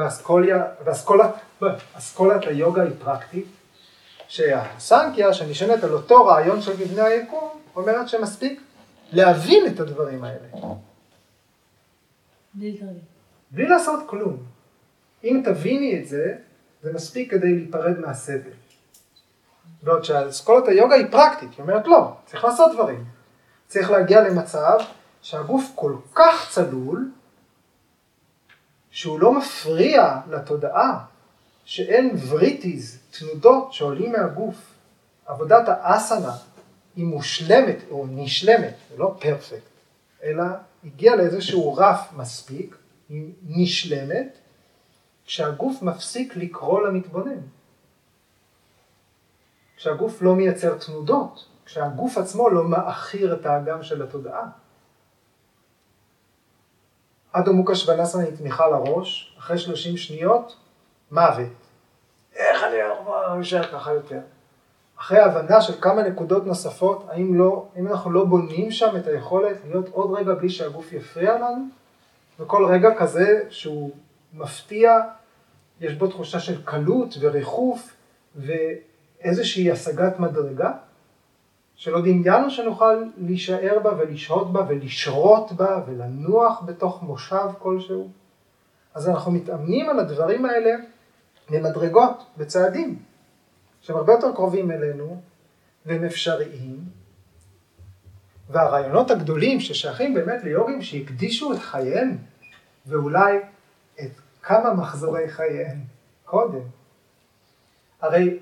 והאסכולת היוגה היא פרקטית? שהסנקיה, שנשענת על אותו רעיון של מבנה היקום, אומרת שמספיק להבין את הדברים האלה. בלי לעשות כלום. אם תביני את זה, זה מספיק כדי להיפרד מהסבל. בעוד שהאסכולת היוגה היא פרקטית, היא אומרת לא, צריך לעשות דברים. צריך להגיע למצב שהגוף כל כך צלול, שהוא לא מפריע לתודעה, שאין וריטיז, תנודות שעולים מהגוף. עבודת האסנה היא מושלמת או נשלמת, זה לא פרפקט, אלא הגיע לאיזשהו רף מספיק, היא נשלמת, כשהגוף מפסיק לקרוא למתבונן. כשהגוף לא מייצר תנודות, כשהגוף עצמו לא מאחיר את האגם של התודעה. אדו מוקה שוונאסנה היא תמיכה לראש, אחרי שלושים שניות, מוות. איך אני ארבע, אשאר ככה יותר. אחרי ההבנה של כמה נקודות נוספות, האם לא, אם אנחנו לא בונים שם את היכולת להיות עוד רגע בלי שהגוף יפריע לנו, וכל רגע כזה שהוא מפתיע, יש בו תחושה של קלות וריחוף, ואיזושהי השגת מדרגה, שלא דמיינו שנוכל להישאר בה ולשהות בה ולשרות בה ולנוח בתוך מושב כלשהו. אז אנחנו מתאמנים על הדברים האלה ממדרגות, בצעדים, שהם הרבה יותר קרובים אלינו והם אפשריים. והרעיונות הגדולים ששייכים באמת ליוגים שהקדישו את חייהם, ואולי את כמה מחזורי חייהם קודם. הרי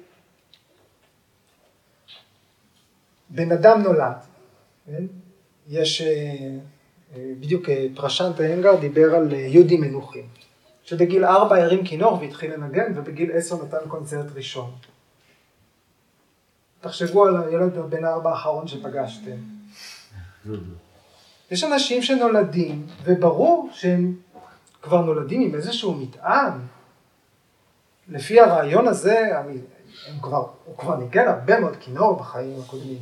בן אדם נולד, כן? יש, בדיוק פרשנט איינגר דיבר על יהודי מנוחים, שבגיל ארבע הרים כינור והתחיל לנגן, ובגיל עשר נתן קונצרט ראשון. תחשבו על הילד בן הארבע האחרון שפגשתם. יש אנשים שנולדים, וברור שהם כבר נולדים עם איזשהו מטען. לפי הרעיון הזה, אני, הם כבר, הוא כבר ניגן הרבה מאוד כינור בחיים הקודמים.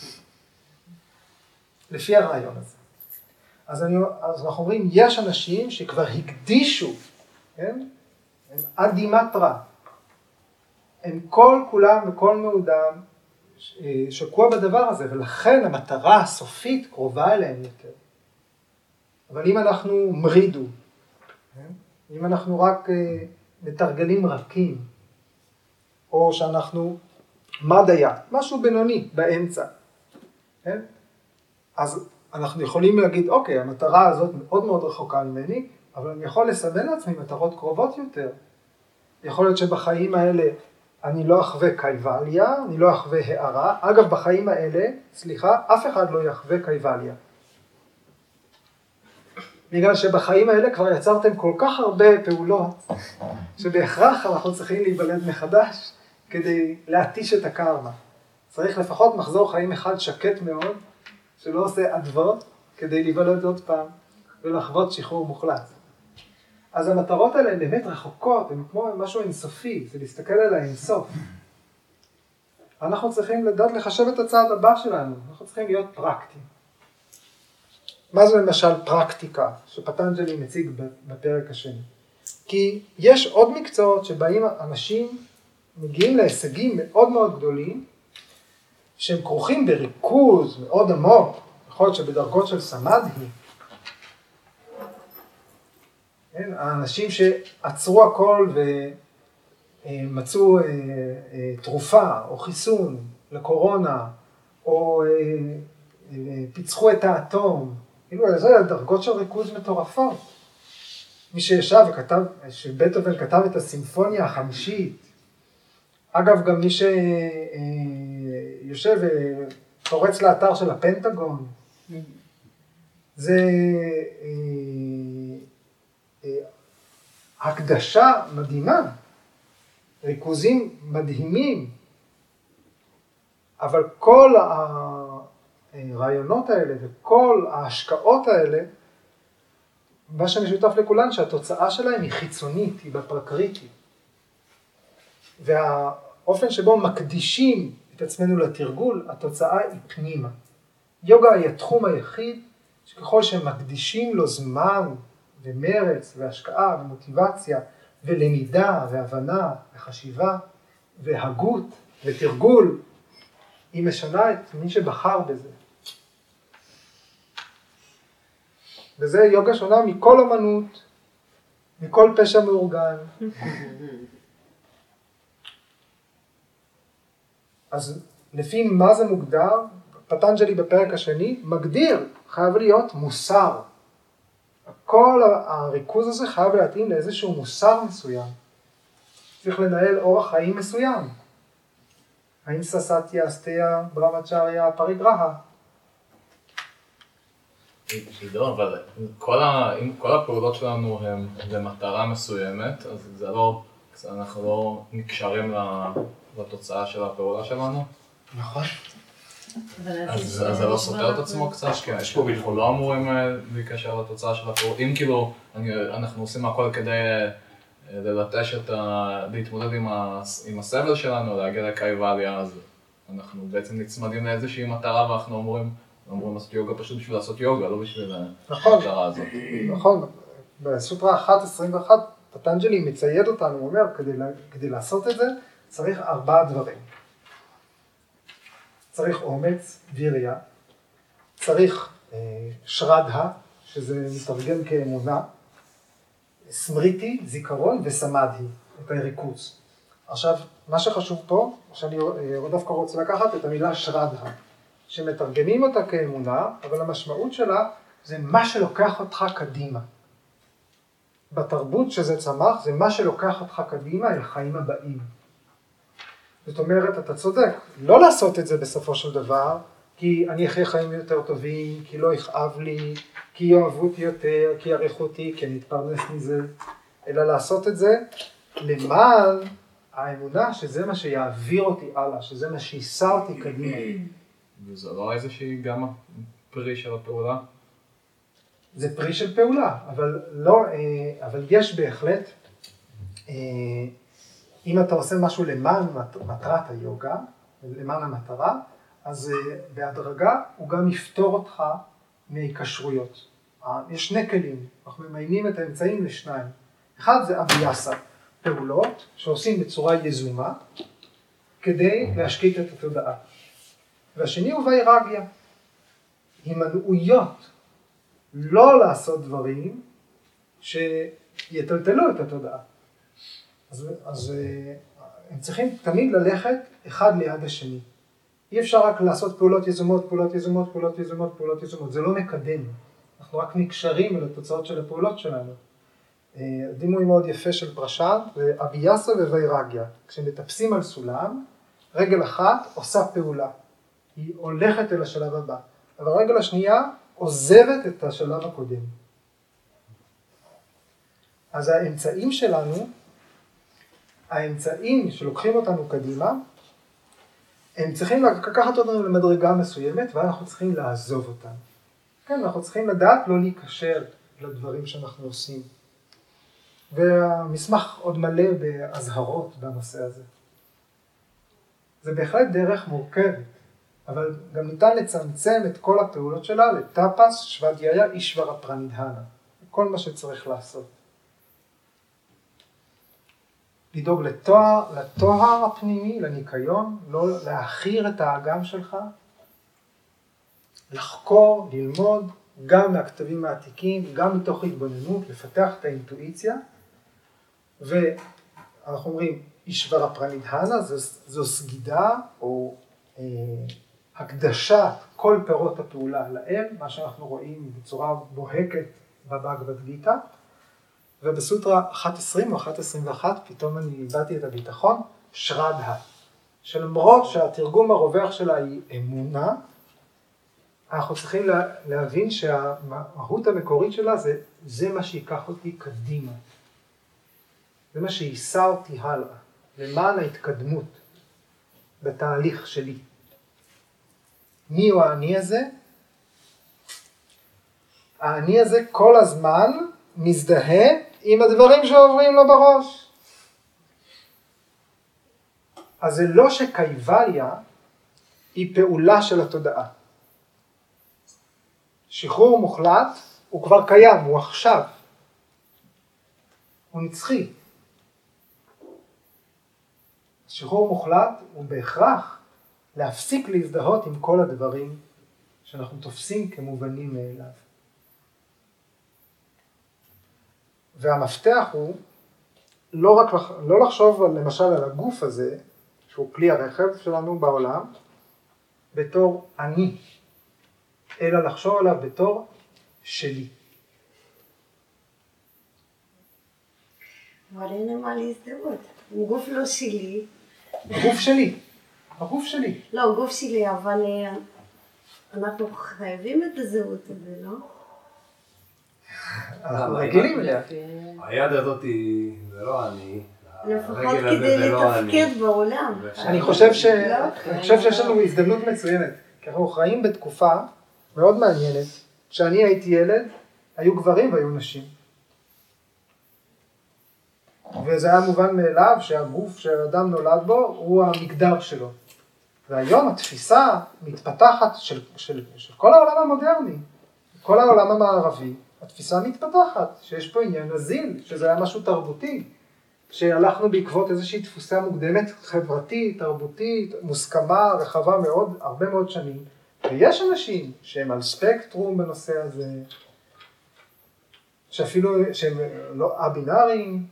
לפי הרעיון הזה. אז, אני, אז אנחנו אומרים, יש אנשים שכבר הקדישו, כן? הם אדימטרה. הם כל כולם וכל מאודם שקוע בדבר הזה, ולכן המטרה הסופית קרובה אליהם יותר. אבל אם אנחנו מרידו, אם אנחנו רק מתרגלים רכים, או שאנחנו מדיה, משהו בינוני באמצע, אז אנחנו יכולים להגיד, אוקיי, המטרה הזאת מאוד מאוד רחוקה ממני, אבל אני יכול לסמן לעצמי מטרות קרובות יותר. יכול להיות שבחיים האלה אני לא אחווה קייבליה, אני לא אחווה הערה. אגב, בחיים האלה, סליחה, אף אחד לא יחווה קייבליה. בגלל שבחיים האלה כבר יצרתם כל כך הרבה פעולות, שבהכרח אנחנו צריכים להיוולד מחדש כדי להתיש את הקרמה. צריך לפחות מחזור חיים אחד שקט מאוד, שלא עושה אדוות, כדי להיוולד עוד פעם ולחוות שחרור מוחלט. אז המטרות האלה הן באמת רחוקות, הן כמו משהו אינסופי, זה להסתכל על האינסוף. אנחנו צריכים לדעת לחשב את הצעד הבא שלנו, אנחנו צריכים להיות פרקטיים. מה זה למשל פרקטיקה, שפטנג'לי מציג בפרק השני? כי יש עוד מקצועות שבהם אנשים מגיעים להישגים מאוד מאוד גדולים, שהם כרוכים בריכוז מאוד עמוק, יכול להיות שבדרגות של סמאדהי, האנשים שעצרו הכל ומצאו תרופה או חיסון לקורונה, או פיצחו את האטום, כאילו זה דרגות של ריכוז מטורפות. מי שישב וכתב, שבטהובן כתב את הסימפוניה החמישית, אגב גם מי שיושב ופורץ לאתר של הפנטגון, זה הקדשה מדהימה, ריכוזים מדהימים, אבל כל הרעיונות האלה וכל ההשקעות האלה, מה שמשותף לכולן שהתוצאה שלהם היא חיצונית, היא בפרקריטי. והאופן שבו מקדישים את עצמנו לתרגול, התוצאה היא פנימה. יוגה היא התחום היחיד שככל שמקדישים לו זמן ומרץ והשקעה ומוטיבציה ולמידה והבנה וחשיבה והגות ותרגול, היא משנה את מי שבחר בזה. וזה יוגה שונה מכל אמנות, מכל פשע מאורגן. אז לפי מה זה מוגדר, פטנג'לי בפרק השני מגדיר, חייב להיות מוסר. כל הריכוז הזה חייב להתאים לאיזשהו מוסר מסוים. צריך לנהל אורח חיים מסוים. האם ססטיה, אסטיה, ברמצ'ריה, פריגרהה. עידו, אבל כל ה... אם כל הפעולות שלנו הן למטרה מסוימת, אז זה לא, אנחנו לא נקשרים לתוצאה של הפעולה שלנו. נכון. אז זה לא סותר את עצמו קצת, כי אנחנו לא אמורים להיקשר לתוצאה של הפעולה. אם כאילו אנחנו עושים הכל כדי ללטש את ה... להתמודד עם הסבל שלנו, להגיע לקייבליה, אז אנחנו בעצם נצמדים לאיזושהי מטרה ואנחנו אמורים אמורים לעשות יוגה פשוט בשביל לעשות יוגה, לא בשביל המטרה הזאת. נכון, בסוטרה אחת עשרים ואחת פטנג'לי מצייד אותנו, הוא אומר, כדי לעשות את זה צריך ארבעה דברים. צריך אומץ, ויריה, צריך שרדה, שזה מתרגם כאמונה, סמריטי, זיכרון וסמאדהי, את הריכוז. עכשיו, מה שחשוב פה, שאני דווקא רוצה לקחת את המילה שרדה, שמתרגמים אותה כאמונה, אבל המשמעות שלה זה מה שלוקח אותך קדימה. בתרבות שזה צמח, זה מה שלוקח אותך קדימה אל החיים הבאים. זאת אומרת, אתה צודק, לא לעשות את זה בסופו של דבר, כי אני אחיה חיים יותר טובים, כי לא יכאב לי, כי יאהבו אותי יותר, כי יעריכו אותי, כי אני אתפרנס מזה, אלא לעשות את זה למען האמונה שזה מה שיעביר אותי הלאה, שזה מה שיסע אותי קדימה. וזה לא איזושהי גם פרי של הפעולה? זה פרי של פעולה, אבל לא, אבל יש בהחלט, אם אתה עושה משהו למען מטרת היוגה, למען המטרה, אז בהדרגה הוא גם יפתור אותך מהיקשרויות. יש שני כלים, אנחנו ממיינים את האמצעים לשניים. אחד זה אביאסה, פעולות שעושים בצורה יזומה, כדי להשקיט את התודעה. והשני הוא ויירגיה, הימנעויות, לא לעשות דברים שיטלטלו את התודעה. אז, אז הם צריכים תמיד ללכת אחד ליד השני. אי אפשר רק לעשות פעולות יזומות, פעולות יזומות, פעולות יזומות, פעולות יזומות. זה לא מקדם. אנחנו רק נקשרים אל התוצאות של הפעולות שלנו. דימוי מאוד יפה של פרשת, זה אביאסה וויירגיה. כשמטפסים על סולם, רגל אחת עושה פעולה. היא הולכת אל השלב הבא. אבל הרגל השנייה עוזבת את השלב הקודם. אז האמצעים שלנו, האמצעים שלוקחים אותנו קדימה, הם צריכים לקחת אותנו למדרגה מסוימת, ואנחנו צריכים לעזוב אותם. כן, אנחנו צריכים לדעת לא להיקשר לדברים שאנחנו עושים. והמסמך עוד מלא בהזהרות בנושא הזה. זה בהחלט דרך מורכבת, אבל גם ניתן לצמצם את כל הפעולות שלה לטאפס, שוואדיייה, אישברה פרנידהנה. כל מה שצריך לעשות. לדאוג לתואר, לתואר הפנימי, לניקיון, לא להכיר את האגם שלך, לחקור, ללמוד, גם מהכתבים העתיקים, גם מתוך התבוננות, לפתח את האינטואיציה, ואנחנו אומרים, אישברה פרנידהנה, זו, זו סגידה או אה, הקדשת כל פירות הפעולה לאל, מה שאנחנו רואים בצורה בוהקת בבהגבד גיטה, ובסוטרה אחת עשרים או אחת עשרים ואחת פתאום אני איבדתי את הביטחון, שרדה, שלמרות שהתרגום הרווח שלה היא אמונה, אנחנו צריכים לה, להבין שהמהות המקורית שלה זה, זה מה שיקח אותי קדימה. זה מה שיסע אותי הלאה, למען ההתקדמות בתהליך שלי. מי הוא האני הזה? האני הזה כל הזמן מזדהה עם הדברים שעוברים לו בראש. אז זה לא שקייבליה היא פעולה של התודעה. שחרור מוחלט הוא כבר קיים, הוא עכשיו. הוא נצחי. שחרור מוחלט הוא בהכרח להפסיק להזדהות עם כל הדברים שאנחנו תופסים כמובנים מאליו. והמפתח הוא לא רק לא לחשוב למשל על הגוף הזה, שהוא כלי הרכב שלנו בעולם, בתור אני, אלא לחשוב עליו בתור שלי. אבל אין מה להזדהות. הוא גוף לא שלי. הגוף שלי. הגוף שלי. לא, גוף שלי, אבל אנחנו חייבים את הזהות הזה, לא? אנחנו רגילים אליה. היד הזאת היא, זה לא אני. לפחות כדי לתפקד בעולם. אני חושב ש... אני חושב שיש לנו הזדמנות מצוינת. כי אנחנו חיים בתקופה מאוד מעניינת. כשאני הייתי ילד, היו גברים והיו נשים. וזה היה מובן מאליו שהגוף שהאדם נולד בו הוא המגדר שלו. והיום התפיסה מתפתחת של, של, של כל העולם המודרני, כל העולם המערבי, התפיסה מתפתחת, שיש פה עניין נזיל, שזה היה משהו תרבותי, שהלכנו בעקבות איזושהי תפוסה מוקדמת חברתית, תרבותית, מוסכמה, רחבה מאוד, הרבה מאוד שנים. ויש אנשים שהם על ספקטרום בנושא הזה, שאפילו שהם לא א-בינאריים,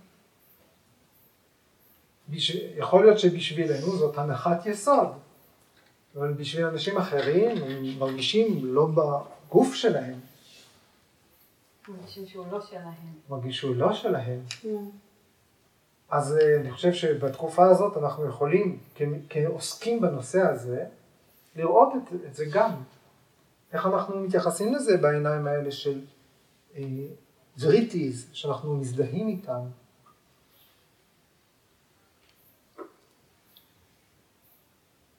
יכול להיות שבשבילנו זאת הנחת יסוד, אבל בשביל אנשים אחרים הם מרגישים לא בגוף שלהם. מרגישים שהוא לא שלהם. מרגישים שהוא לא שלהם. אז אני חושב שבתקופה הזאת אנחנו יכולים, כעוסקים בנושא הזה, לראות את, את זה גם. איך אנחנו מתייחסים לזה בעיניים האלה של וריטיז, שאנחנו מזדהים איתם.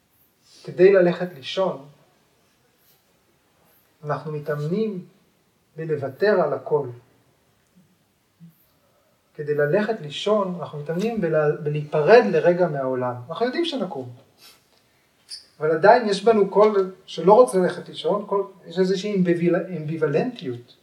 כדי ללכת לישון, אנחנו מתאמנים בלוותר על הכל. כדי ללכת לישון, אנחנו מתאמנים בלה, בלהיפרד לרגע מהעולם. אנחנו יודעים שנקום. אבל עדיין יש בנו קול שלא רוצה ללכת לישון, קול, יש איזושהי אמביוולנטיות.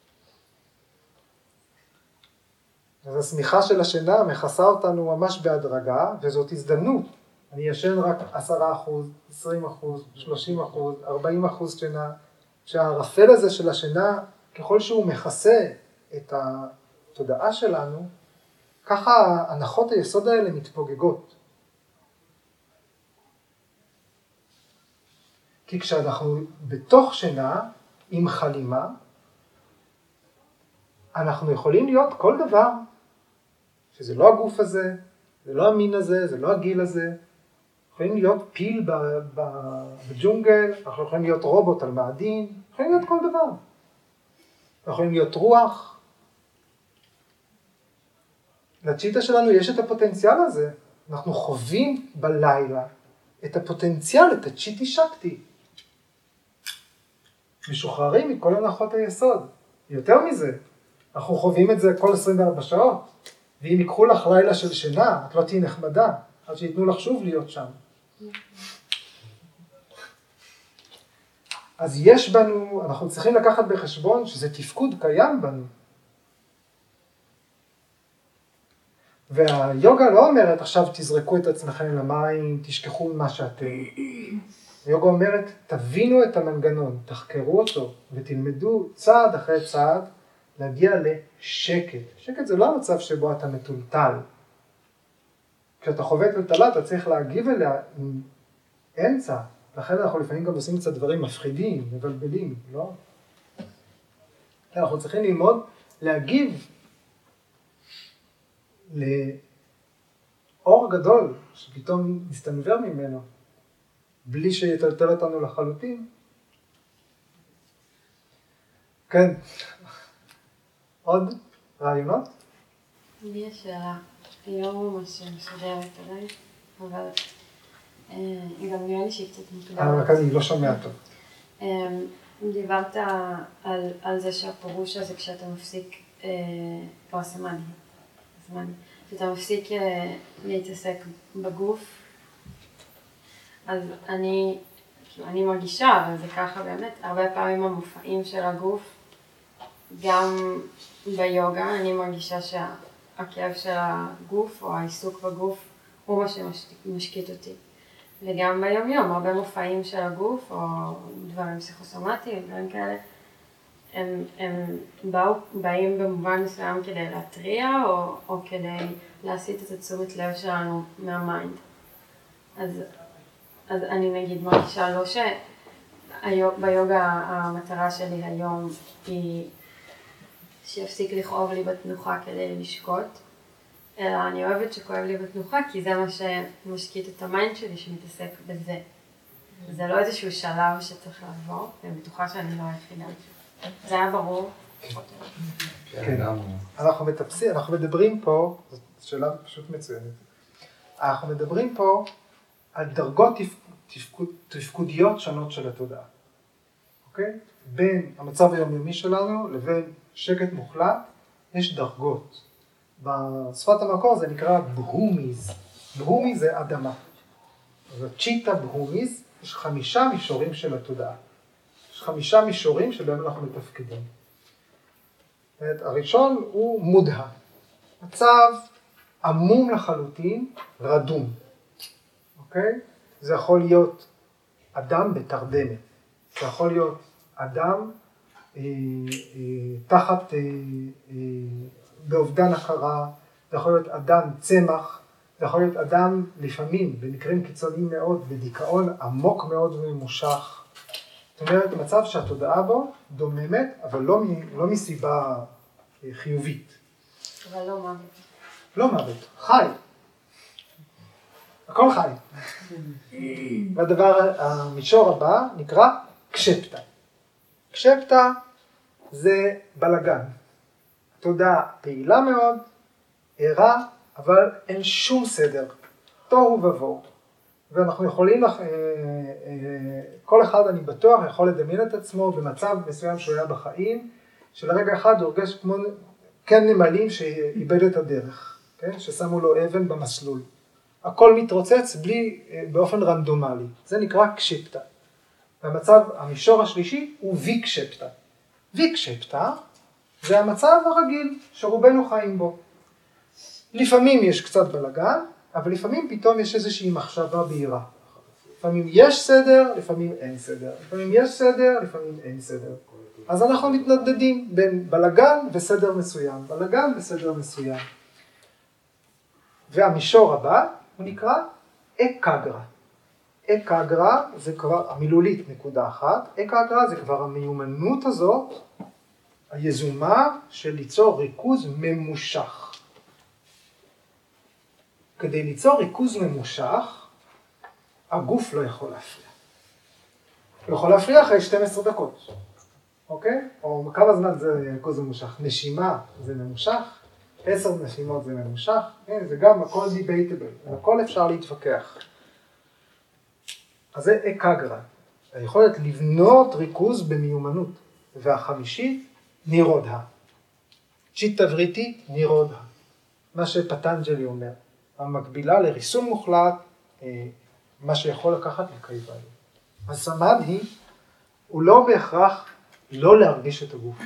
אז השמיכה של השינה מכסה אותנו ממש בהדרגה, וזאת הזדמנות. אני ישן רק עשרה אחוז, עשרים אחוז, שלושים אחוז, ארבעים אחוז שינה, שהערפל הזה של השינה, ככל שהוא מכסה את התודעה שלנו, ככה הנחות היסוד האלה מתפוגגות. כי כשאנחנו בתוך שינה, עם חלימה, אנחנו יכולים להיות כל דבר, שזה לא הגוף הזה, זה לא המין הזה, זה לא הגיל הזה, יכולים להיות פיל בג'ונגל, אנחנו יכולים להיות רובוט על מאדים, יכולים להיות כל דבר. אנחנו יכולים להיות רוח. לצ'יטה שלנו יש את הפוטנציאל הזה. אנחנו חווים בלילה את הפוטנציאל, את הצ'יטי שקטי. משוחררים מכל הנחות היסוד. יותר מזה, אנחנו חווים את זה כל עשרים וארבע שעות. ואם יקחו לך לילה של שינה, את לא תהי נחמדה, עד שיתנו לך שוב להיות שם. אז יש בנו, אנחנו צריכים לקחת בחשבון שזה תפקוד קיים בנו. והיוגה לא אומרת, עכשיו תזרקו את עצמכם למים, תשכחו מה שאתם. היוגה אומרת, תבינו את המנגנון, תחקרו אותו, ותלמדו צעד אחרי צעד, להגיע לשקט. שקט זה לא המצב שבו אתה מטולטל. כשאתה חווה טלטלה, אתה צריך להגיב אליה עם אמצע. לכן אנחנו לפעמים גם עושים קצת דברים מפחידים, מבלבלים, לא? אנחנו צריכים ללמוד להגיב לאור גדול שפתאום מסתנבר ממנו, בלי שיטלטל אותנו לחלוטין. כן. עוד רעיונות? לי יש שאלה, היא לא ממש מסודרת עדיין, אבל גם נראה לי שהיא קצת מוקדמת. אבל כאן היא לא שומע טוב. דיברת על, על זה שהפירוש הזה כשאתה מפסיק, או הסמאדי, הסמאדי, כשאתה מפסיק להתעסק בגוף, אז אני, כאילו אני מרגישה, אבל זה ככה באמת, הרבה פעמים המופעים של הגוף, גם ביוגה אני מרגישה שהכאב של הגוף או העיסוק בגוף הוא מה שמשקיט אותי. וגם ביום יום, הרבה מופעים של הגוף או דברים פסיכוסומטיים, דברים כאלה, הם, הם באו, באים במובן מסוים כדי להטריע או, או כדי להסיט את התשומת לב שלנו מהמיינד. אז, אז אני נגיד מרגישה לא שביוגה המטרה שלי היום היא שיפסיק לכאוב לי בתנוחה כדי לשקוט, אלא אני אוהבת שכואב לי בתנוחה, כי זה מה שמשקיט את המיינד שלי שמתעסק בזה. זה לא איזשהו שלב שצריך לעבור, ואני בטוחה שאני לא היחידה. זה היה ברור. כן, אנחנו מטפסים, אנחנו מדברים פה, זאת שאלה פשוט מצוינת, אנחנו מדברים פה על דרגות תפקודיות שונות של התודעה. אוקיי? בין המצב היומיומי שלנו לבין שקט מוחלט, יש דרגות. בשפת המקור זה נקרא בהומיז. בהומי זה אדמה. אז הצ'יטה בהומיז, יש חמישה מישורים של התודעה. יש חמישה מישורים שבהם אנחנו מתפקדים. הראשון הוא מודהה. מצב עמום לחלוטין, רדום. אוקיי? זה יכול להיות אדם בתרדמת. זה יכול להיות אדם אה, אה, תחת, אה, אה, באובדן הכרה, זה יכול להיות אדם צמח, זה יכול להיות אדם לפעמים, במקרים קיצוניים מאוד, בדיכאון עמוק מאוד וממושך. זאת אומרת, מצב שהתודעה בו דוממת, אבל לא, לא מסיבה אה, חיובית. אבל לא מוות. לא מוות, חי. הכל חי. והדבר, המישור הבא נקרא קשפטה. קשפטה זה בלגן. תודעה פעילה מאוד, ערה, אבל אין שום סדר. תוהו ובוהו. ואנחנו יכולים, כל אחד אני בטוח יכול לדמיין את עצמו במצב מסוים שהוא היה בחיים, שלרגע אחד הוא הרגש כמו כן נמלים שאיבד את הדרך, כן? ששמו לו אבן במסלול. הכל מתרוצץ בלי, באופן רנדומלי. זה נקרא קשפטה. והמצב, המישור השלישי הוא ויקשפטה. ויקשפטה זה המצב הרגיל שרובנו חיים בו. לפעמים יש קצת בלגן, אבל לפעמים פתאום יש איזושהי מחשבה בהירה. לפעמים יש סדר, לפעמים אין סדר. לפעמים יש סדר, לפעמים אין סדר. אז אנחנו מתנדדים בין בלגן וסדר מסוים. בלגן וסדר מסוים. והמישור הבא הוא נקרא אקגרה. אקגרה זה כבר, המילולית נקודה אחת, אקגרה זה כבר המיומנות הזאת, היזומה של ליצור ריכוז ממושך. כדי ליצור ריכוז ממושך, הגוף לא יכול להפריע. הוא יכול להפריע אחרי שתים עשרה דקות, אוקיי? או כמה זמן זה ריכוז ממושך? נשימה זה ממושך, עשר נשימות זה ממושך, כן? זה גם הכל דיבייטבל, הכל אפשר להתווכח. אז זה אקגרה, היכולת לבנות ריכוז במיומנות. והחמישית, נירודה. צ'יטה וריטי, נירודה. מה שפטנג'לי אומר, המקבילה לריסון מוחלט, מה שיכול לקחת לקייבאי. הסמאדהי הוא לא בהכרח לא להרגיש את הגוף.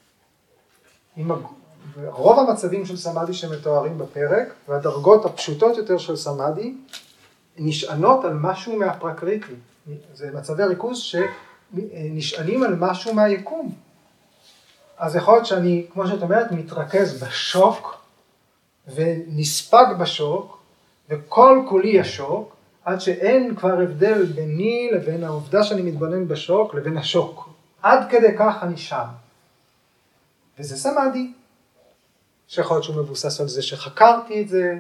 רוב המצבים של סמאדי שמתוארים בפרק, והדרגות הפשוטות יותר של סמאדי, נשענות על משהו מהפרקריטי. זה מצבי ריכוז שנשענים על משהו מהיקום. אז יכול להיות שאני, כמו שאת אומרת, מתרכז בשוק, ונספג בשוק, וכל כולי השוק, עד שאין כבר הבדל ביני לבין העובדה שאני מתבונן בשוק, לבין השוק. עד כדי כך אני שם. וזה סמאדי. שיכול להיות שהוא מבוסס על זה שחקרתי את זה,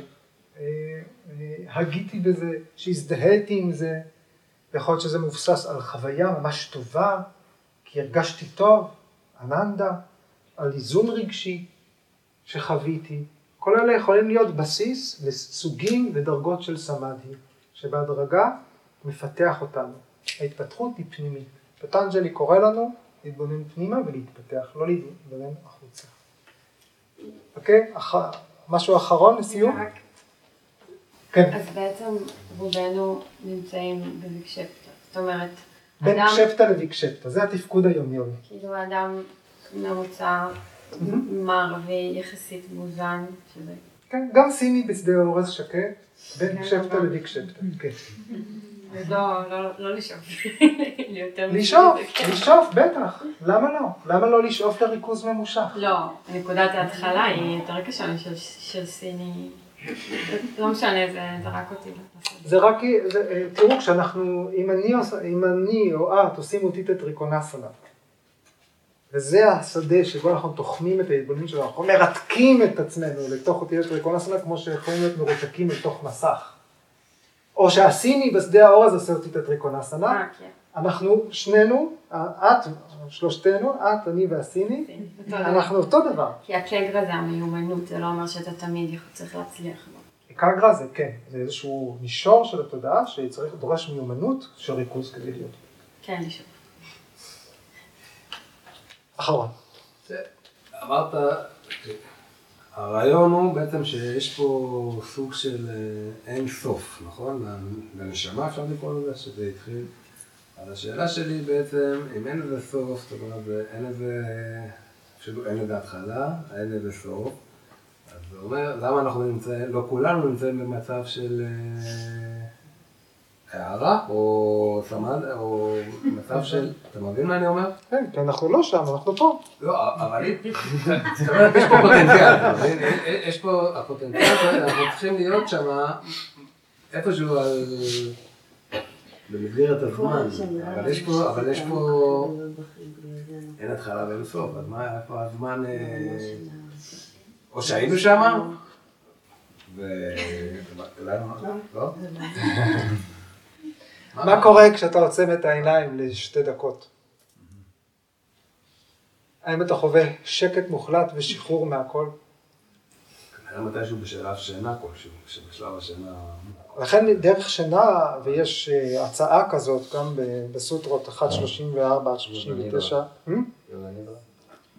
שהגיתי בזה, שהזדהיתי עם זה. יכול להיות שזה מבוסס על חוויה ממש טובה, כי הרגשתי טוב, אננדה, על איזון רגשי שחוויתי. כל אלה יכולים להיות בסיס לסוגים ודרגות של סמאדי, שבהדרגה מפתח אותנו. ההתפתחות היא פנימית. פטנג'לי קורא לנו להתבונן פנימה ולהתפתח, לא להתבונן החוצה. אוקיי? אח... משהו אחרון לסיום? כן. אז בעצם רובנו נמצאים בוויקשפטה. זאת אומרת, בין אדם... קשפטה לוויקשפטה, זה התפקוד היומיומי. כאילו האדם ממוצע מערבי יחסית מאוזן, שזה... כן, גם סיני בשדה אורז שקט, בין קשפטה לוויקשפטה. כן. לא, לא, לא לשאוף. לשאוף, לשאוף, בטח. למה לא? למה לא לשאוף לריכוז ממושך? לא, נקודת ההתחלה היא יותר קשה של סיני. לא משנה, זה רק אותי. זה רק, תראו, כשאנחנו, אם אני או את עושים אותי את הטריקונסנה, וזה השדה שבו אנחנו תוחמים את ההתבוננות שלנו, אנחנו מרתקים את עצמנו לתוך אותי את הטריקונסנה, כמו שיכולים להיות מרותקים לתוך מסך. או שהסיני בשדה האור הזה עושה אותי את הטריקונסנה, אנחנו שנינו, את, שלושתנו, את, אני והסיני, אנחנו אותו דבר. כי הקגרה זה המיומנות, זה לא אומר שאתה תמיד צריך להצליח בו. קגרה זה כן, זה איזשהו מישור של התודעה שצריך לדורש מיומנות של ריכוז כדי להיות. כן, לשאול. אחרון. אמרת, הרעיון הוא בעצם שיש פה סוג של אין סוף, נכון? לנשמה אפשר לקרוא לזה שזה התחיל. אז השאלה שלי בעצם, אם אין לזה סוף, זאת אומרת, אין לזה, אפילו אין לזה התחלה, אין לזה סוף. אז זה אומר, למה אנחנו נמצאים, לא כולנו נמצאים במצב של הערה, או סמד, או מצב של, אתה מבין מה אני אומר? כן, כי אנחנו לא שם, אנחנו פה. לא, אבל זאת אומרת, יש פה פוטנציאל, אתה מבין? יש פה הפוטנציאל, אנחנו צריכים להיות שם איפשהו על... במסגרת הזמן, אבל יש פה, אבל יש פה... אין התחלה ואין סוף, אז מה, איפה הזמן... או שהיינו שם? ו... לא? מה קורה כשאתה עוצם את העיניים לשתי דקות? האם אתה חווה שקט מוחלט ושחרור מהכל? כנראה מתישהו בשלב שינה כלשהו, שבשלב השינה... לכן דרך שינה, ויש הצעה כזאת גם בסוטרות אחת שלושים וארבע עד שלושים ותשע.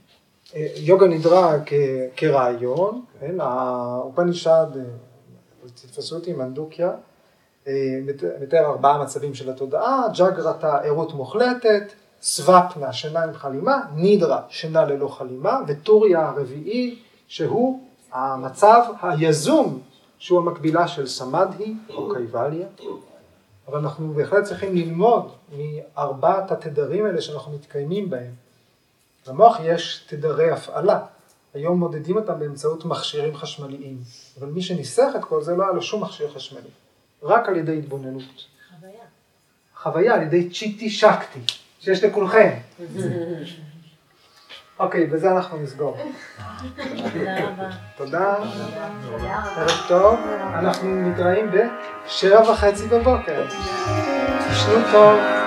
יוגה נדרה כרעיון, האופנישד, תתפסו אותי, מנדוקיה, מתאר ארבעה מצבים של התודעה, ג'אגרתה, ערות מוחלטת, סוואפנה, שינה עם חלימה, נידרה, שינה ללא חלימה, וטוריה הרביעי, שהוא המצב היזום, שהוא המקבילה של סמדהי או קייבליה. אבל אנחנו בהחלט צריכים ללמוד מארבעת התדרים האלה שאנחנו מתקיימים בהם. במוח יש תדרי הפעלה, היום מודדים אותם באמצעות מכשירים חשמליים, אבל מי שניסח את כל זה לא היה לו שום מכשיר חשמלי, רק על ידי התבוננות. חוויה. חוויה על ידי צ'יטי שקטי, שיש לכולכם. אוקיי, בזה אנחנו נסגור. תודה רבה. תודה. ערב טוב. אנחנו מתראים בשבע וחצי בבוקר. תשנו טוב.